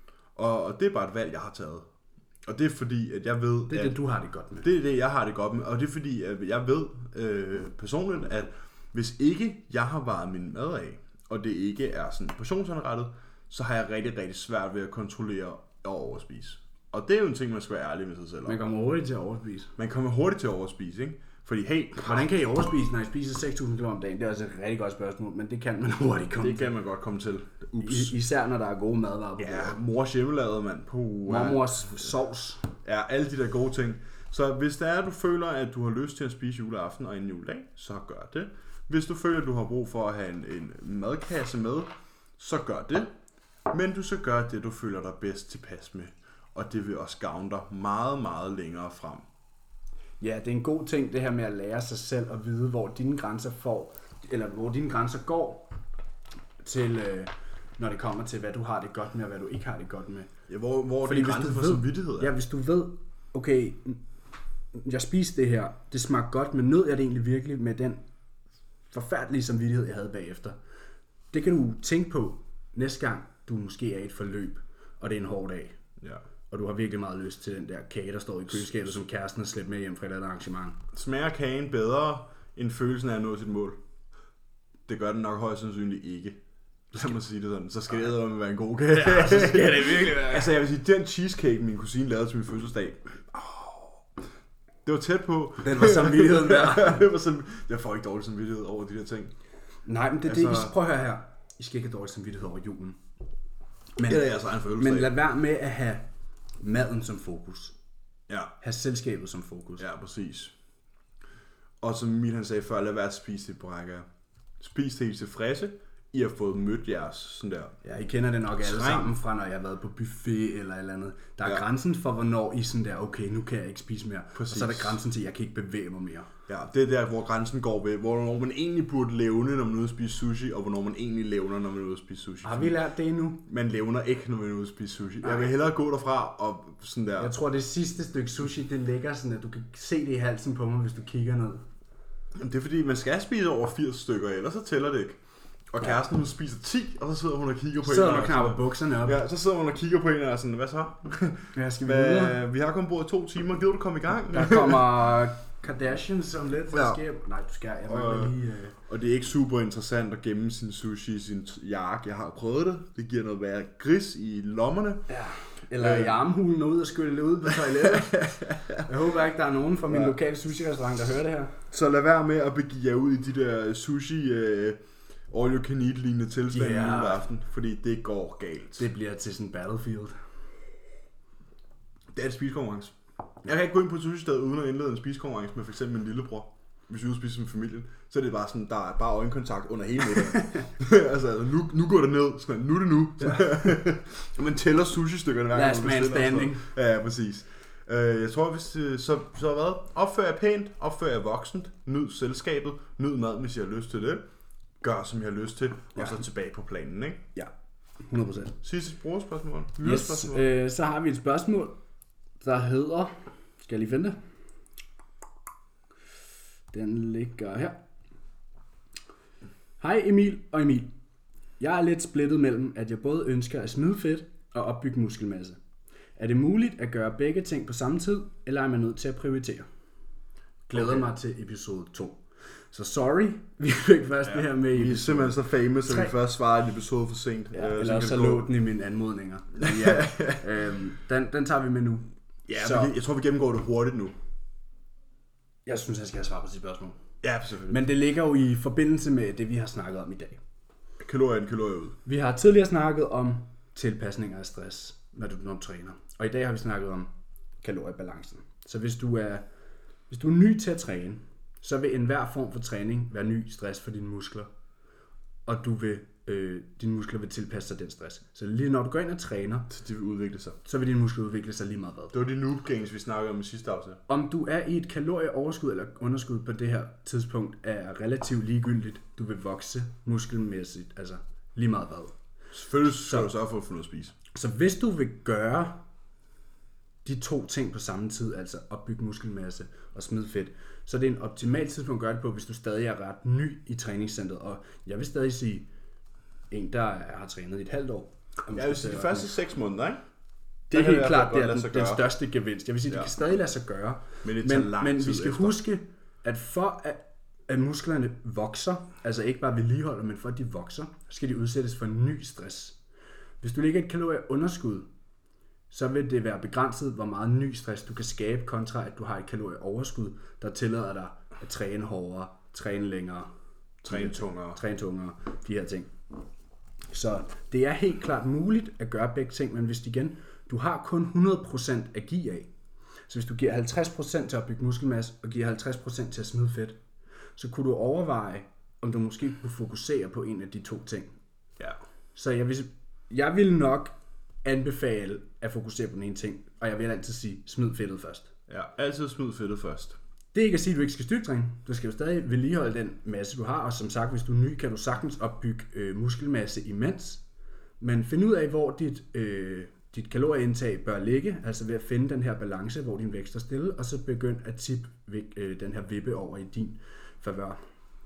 Og, og det er bare et valg, jeg har taget. Og det er fordi, at jeg ved... Det er at, det, du har det godt med. Det er det, jeg har det godt med. Og det er fordi, at jeg ved øh, personligt, at hvis ikke jeg har varet min mad af, og det ikke er sådan portionsanrettet, så har jeg rigtig, rigtig svært ved at kontrollere og overspise. Og det er jo en ting, man skal være ærlig med sig selv om. Man kommer hurtigt til at overspise. Man kommer hurtigt til at overspise, ikke? Fordi, hey... Hvordan kan I overspise, når I spiser seks tusind kalorier om dagen? Det er også et rigtig godt spørgsmål, men det kan man hurtigt komme Det kan man godt komme til. Ups. I, især når der er gode madvarer på ja, mors hjemmelavet, mand. Puh, mormors sovs. Ja, alle de der gode ting. Så hvis det er, at du føler, at du har lyst til at spise juleaften og en juledag, så gør det. Hvis du føler, at du har brug for at have en, en madkasse med, så gør det. Men du så gør det, du føler dig bedst tilpas med. Og det vil også gavne dig meget, meget længere frem. Ja, det er en god ting, det her med at lære sig selv at vide, hvor dine grænser får, eller hvor dine grænser går til, øh, når det kommer til, hvad du har det godt med, og hvad du ikke har det godt med. Ja, hvor, hvor Fordi din grænse for samvittighed er. Ja, hvis du ved, okay, jeg spiste det her, det smagte godt, men nød jeg det egentlig virkelig med den forfærdelige samvittighed, jeg havde bagefter. Det kan du tænke på næste gang, du måske er i et forløb, og det er en hård dag. Ja. Og du har virkelig meget lyst til den der kage, der står i køleskabet, som kæresten har slæbt med hjem fra et andet arrangement. Smager kagen bedre end følelsen af at nå sit mål? Det gør den nok højst sandsynligt ikke. Lad mig sige det sådan. Så skal det eddermame være en god kage. Ja, så skal det virkelig være. Altså jeg vil sige, den cheesecake, min kusine lavede til min fødselsdag, oh, det var tæt på. Den var samvittigheden der. Det var sådan, jeg får ikke dårlig samvittighed over de der ting. Nej, men det er altså... det, I prøv at høre her. I skal ikke have dårlig samvittighed over julen. Men, det er altså en fødselsdag. Men lad være med at have maden som fokus. Ja. Ha' selskabet som fokus. Ja, præcis. Og som Emil han sagde før, lad være at spise det brækker. Spis det i tilfredse. I har fået mødt jeres sådan der. Ja, I kender det nok alle sammen fra, når jeg har været på buffet eller et eller andet. Der er ja. grænsen for, hvornår I sådan der, okay, nu kan jeg ikke spise mere. Præcis. Og så er der grænsen til, at jeg kan ikke bevæge mig mere. Ja, det er der, hvor grænsen går ved, hvornår man egentlig burde levne, når man er ude at spise sushi, og hvornår man egentlig levner, når man er ude at spise sushi. Har vi lært det endnu? Man levner ikke, når man er ude at spise sushi. Ej. Jeg vil hellere gå derfra og sådan der. Jeg tror, det sidste stykke sushi, det ligger sådan, at du kan se det i halsen på mig, hvis du kigger ned. Jamen, det er fordi, man skal spise over firs stykker, ellers så tæller det ikke. Og kæresten, hun spiser ti, og så sidder hun og kigger på en. Så sidder hun og knapper bukserne op. Ja, så sidder hun og kigger på en og er sådan, hvad så? Ja, skal vi Hvad, vi har kommet på i to timer, gider du komme i gang? Der kommer Kardashians om lidt, ja. Skal... Nej, du skal, jeg og, lige... Uh... Og det er ikke super interessant at gemme sin sushi i sin jakke. Jeg har prøvet det. Det giver noget værre gris i lommerne. Ja. Eller i armhulen ud og skylle ud på toilettet. Jeg håber ikke, der er nogen fra min ja. lokale sushi-restaurant, der hører det her. Så lad være med at begive jer ud i de der sushi... Uh, all you can eat lignende tilstand yeah. i juleaften, fordi det går galt. Det bliver til sådan en battlefield. Det er et spisekonkurrence. Jeg kan ikke gå ind på et sushi-sted uden at indlede en spisekonkurrence med for eksempel min lillebror. Hvis vi udspiser med familien, så er det bare sådan, der er bare øjenkontakt under hele middagen. altså, nu, nu går det ned. Sådan, nu er det nu. Ja. Man tæller sushi-stykkerne hver gang. Last man standing. Ja, ja, præcis. Jeg tror, hvis så, så hvad? Opfør jer pænt, opfør jer voksent, nyd selskabet, nyd mad, hvis I har lyst til det. Gør, som jeg har lyst til, og ja. så tilbage på planen, ikke? Ja, hundrede procent. Sidste brugerspørgsmål. Yes, øh, så har vi et spørgsmål, der hedder... Skal jeg lige finde det? Den ligger her. Hej Emil og Emil. Jeg er lidt splittet mellem, at jeg både ønsker at smide fedt og opbygge muskelmasse. Er det muligt at gøre begge ting på samme tid, eller er man nødt til at prioritere? Glæder okay. mig til episode to. Så sorry, vi fik først ja, det her med i Vi er simpelthen så famous, at vi først svarede en episode for sent. Ja, uh, eller så lå den i mine anmodninger. Ja, øhm, den, den tager vi med nu. Ja, så, jeg tror, vi gennemgår det hurtigt nu. Jeg synes, jeg skal have svar på sit spørgsmål. Ja, selvfølgelig. Men det ligger jo i forbindelse med det, vi har snakket om i dag. Kalorier ind, kalorier ud. Vi har tidligere snakket om tilpasninger af stress, når du, når du træner. Og i dag har vi snakket om kaloriebalancen. Så hvis du er, hvis du er ny til at træne, så vil enhver form for træning være ny stress for dine muskler. Og du vil, øh, dine muskler vil tilpasse sig den stress. Så lige når du går ind og træner, så de vil udvikle sig. Så vil dine muskler udvikle sig lige meget hvad. Det var de noob gains, vi snakkede om i sidste afsnit. Om du er i et kalorieoverskud eller underskud på det her tidspunkt, er relativt ligegyldigt. Du vil vokse muskelmæssigt, altså lige meget hvad. Selvfølgelig skal du sørge for at få noget at spise. Så hvis du vil gøre de to ting på samme tid, altså opbygge muskelmasse og smide fedt, så det er en optimal tidspunkt at gøre det på, hvis du stadig er ret ny i træningscentret. Og jeg vil stadig sige, en der har trænet i et halvt år. Jeg vil sige de første seks måneder, ikke? Det er helt klart, det er den, den største gevinst. Jeg vil sige, ja. Det kan stadig lade sig gøre. Men det tager men, lang men tid vi skal efter. huske, at for at, at musklerne vokser, altså ikke bare vedligeholder, men for at de vokser, så skal de udsættes for en ny stress. Hvis du ligger i et kalorieunderskud, så vil det være begrænset, hvor meget ny stress du kan skabe, kontra at du har et kalorieoverskud, der tillader dig at træne hårdere, træne længere, træne tungere, træne tungere, de her ting. Så det er helt klart muligt at gøre begge ting, men hvis igen, du har kun hundrede procent at give af, så hvis du giver halvtreds procent til at bygge muskelmasse og giver halvtreds procent til at smide fedt, så kunne du overveje, om du måske kunne fokusere på en af de to ting. Ja. Så jeg vil, jeg vil nok anbefale at fokusere på den ene ting, og jeg vil altid sige, smid fedtet først. Ja, altid smid fedtet først. Det er ikke at sige, at du ikke skal styrketræne. Du skal jo stadig vedligeholde den masse, du har, og som sagt, hvis du er ny, kan du sagtens opbygge øh, muskelmasse imens. Men find ud af, hvor dit, øh, dit kalorieindtag bør ligge, altså ved at finde den her balance, hvor din vækst er stille, og så begynd at tippe øh, den her vippe over i din favør.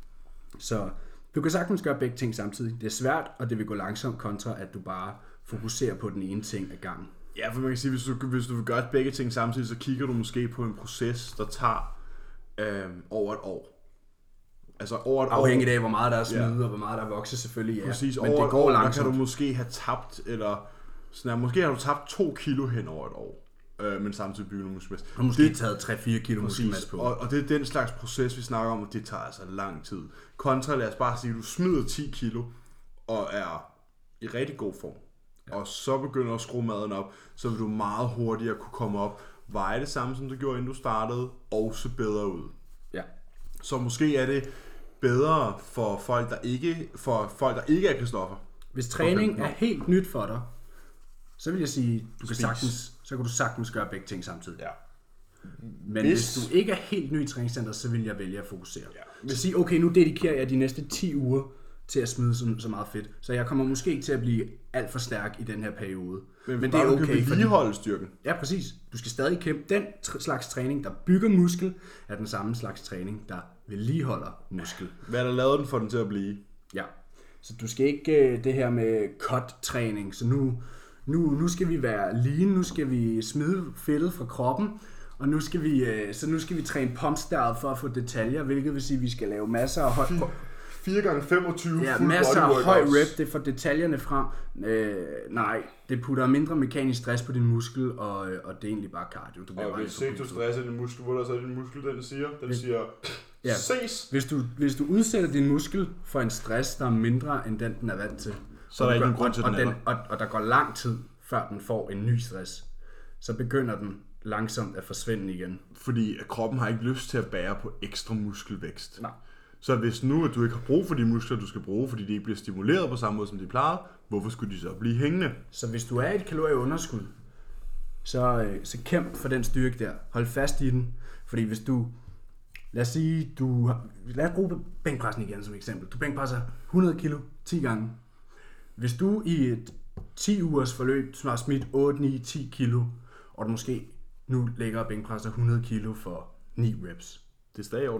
Så du kan sagtens gøre begge ting samtidig. Det er svært, og det vil gå langsomt kontra, at du bare fokuserer på den ene ting ad gangen. Ja, for man kan sige, hvis du, hvis du vil gøre begge ting samtidig, så kigger du måske på en proces, der tager øh, over et år. Altså over et Afhængigt år. af, hvor meget der er smidt, ja. Og hvor meget der er vokset, selvfølgelig, ja. Præcis, men over det går år, langsomt. kan du måske have tabt, eller sådan her, måske har du tabt to kilo hen over et år, øh, men samtidig bygger du muskelmasse. Og måske det, taget tre fire kilo muskelmasse på. Og, og det er den slags proces, vi snakker om, og det tager altså lang tid. Kontra, lad os bare sige, at du smider ti kilo, og er i rigtig god form. Ja. Og så begynder at skrue maden op, så vil du meget hurtigere kunne komme op, veje det samme, som du gjorde, inden du startede, og se bedre ud. Ja. Så måske er det bedre for folk, der ikke, for folk, der ikke er Christoffer. Hvis træning er helt nyt for dig, så vil jeg sige, du kan sagtens, så kan du sagtens gøre begge ting samtidig. Ja. Men hvis, hvis du ikke er helt ny i træningscenter, så vil jeg vælge at fokusere. Ja. Hvis du siger, okay, nu dedikerer jeg de næste ti uger til at smide så, så meget fedt. Så jeg kommer måske ikke til at blive alt for stærk i den her periode. Men, Men det er okay. Du kan vedligeholde styrken. Ja, præcis. Du skal stadig kæmpe. Den tr- slags træning, der bygger muskel, er den samme slags træning, der vedligeholder muskel. Hvad er der lavet den for den til at blive? Ja. Så du skal ikke uh, det her med cut-træning. Så nu, nu, nu skal vi være lean, nu skal vi smide fedtet fra kroppen, og nu skal vi, uh, så nu skal vi træne pumpstyle for at få detaljer, hvilket vil sige, at vi skal lave masser af høj... fire gange femogtyve ja, masser af høj rep, det får detaljerne frem. Øh, nej, det putter mindre mekanisk stress på din muskel, og, og det er egentlig bare cardio. Du og hvis ikke du stresser din muskel, hvor der så er din muskel, den siger, den hvis, siger, ja, ses. Hvis du, hvis du udsætter din muskel for en stress, der er mindre end den, den er vant til, så er der ikke nogen grund til, og, den, den og, og der går lang tid, før den får en ny stress, så begynder den langsomt at forsvinde igen. Fordi at kroppen har ikke lyst til at bære på ekstra muskelvækst. Nej. Så hvis nu at du ikke har brug for de muskler, du skal bruge, fordi de ikke bliver stimuleret på samme måde, som de plejede, hvorfor skulle de så blive hængende? Så hvis du er i et kalorieunderskud, så, så kæmp for den styrke der. Hold fast i den. Fordi hvis du, lad os sige, du, lad os bruge bænkpressen igen som eksempel. Du bænkpresser hundrede kilo ti gange. Hvis du i et ti ugers forløb har smidt otte, ni, ti kilo, og du måske nu lægger og bænkpresser hundrede kilo for ni reps. Det er stadig i orden.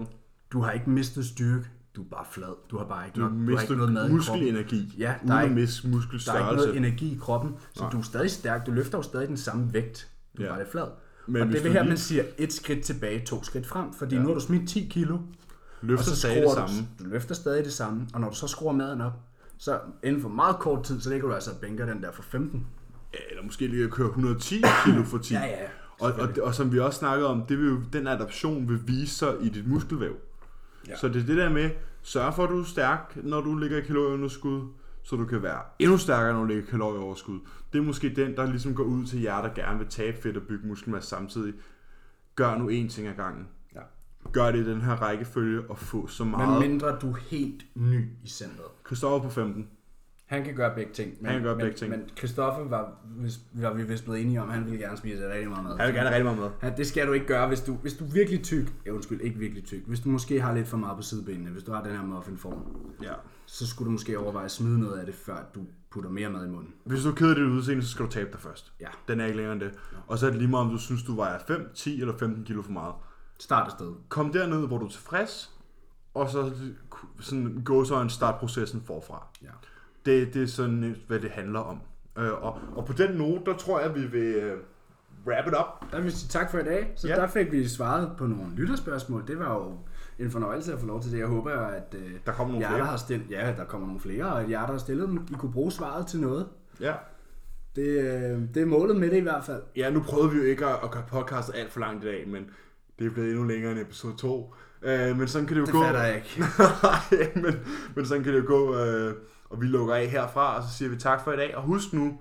du har ikke mistet styrke, du er bare flad. Du har bare ikke, du nok, du har ikke noget mad muskelenergi. Ja, der er, ikke, muskelstørrelse. Der er ikke noget energi i kroppen, så Nej. du er stadig stærk. Du løfter jo stadig den samme vægt. Du er ja. bare lidt flad. Men og det er det her, lige... man siger et skridt tilbage, to skridt frem. Fordi ja. nu har du smidt ti kilo, løfter og så stadig det samme. Du, du løfter stadig det samme, og når du så skruer maden op, så inden for meget kort tid, så ligger du altså og bænker den der for femten. Ja, eller måske lige at køre et hundrede og ti kilo for ti. ja, ja. Og, og, og som vi også snakkede om, det vil jo, den adaption vil vise sig i dit muskelvæv. Ja. Så det er det der med, sørg for at du er stærk, når du ligger i kalorieunderskud, så du kan være endnu stærkere, når du ligger i kalorieoverskud. Det er måske den, der ligesom går ud til jer, der gerne vil tabe fedt og bygge muskelmasse samtidig. Gør nu én ting ad gangen. Ja. Gør det i den her rækkefølge og få så meget. Men mindre du er helt ny i centret. Christoffer på femten. Han kan gøre begge ting. Men, han kan gøre men, begge ting. Men Christoffer var, var vi vist blevet enige om, han ville gerne spise rigtig meget mad. Han vil gerne rigtig meget mad. Ja, det skal du ikke gøre, hvis du, hvis du er virkelig tyk. Ja, undskyld, ikke virkelig tyk. Hvis du måske har lidt for meget på sidebenene, hvis du har den her muffinform, ja. så skulle du måske overveje at smide noget af det, før du putter mere mad i munden. Hvis du er ked af dit udseende, så skal du tabe dig først. Ja. Den er ikke længere end det. Ja. Og så er det lige meget, om du synes, du vejer fem, ti eller femten kilo for meget. Start et sted. Kom derned, hvor du er tilfreds, og så sådan, gå så en startprocessen forfra. Ja. Det, det er sådan, hvad det handler om. Øh, og, og på den note, der tror jeg, vi vil uh, wrap it up. Der vil vi sige tak for i dag. Så ja. Der fik vi svaret på nogle lytterspørgsmål. Det var jo en fornøjelse at få lov til det. Jeg håber, at uh, der kommer nogle jer, flere. Der har stillet, ja, der kommer nogle flere, og at jer, der har stillet dem, I kunne bruge svaret til noget. Ja. Det, øh, det er målet med det i hvert fald. Ja, nu prøvede vi jo ikke at, at gøre podcastet alt for langt i dag, men det er blevet endnu længere end episode to. Uh, men sådan kan det jo det gå. Det fatter jeg ikke. Nej, men, men sådan kan det jo gå. Uh, Og vi lukker af herfra, og så siger vi tak for i dag. Og husk nu,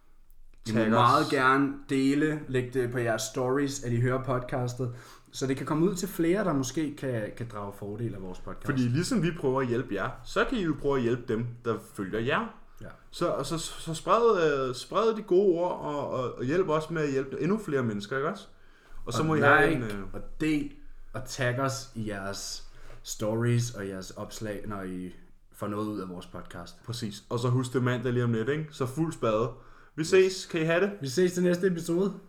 I må meget gerne dele, lægge det på jeres stories, at I hører podcastet, så det kan komme ud til flere, der måske kan, kan drage fordel af vores podcast. Fordi ligesom vi prøver at hjælpe jer, så kan I jo prøve at hjælpe dem, der følger jer. Ja. Så, så, så spred, uh, spred de gode ord, og, og, og hjælp os med at hjælpe endnu flere mennesker, ikke også? Og så og må like, I en, uh... og del, og tag os i jeres stories og jeres opslag, når I får noget ud af vores podcast. Præcis. Og så husk det mandag lige om lidt, ikke? Så fuld spade. Vi ses. Kan I have det? Vi ses til næste episode.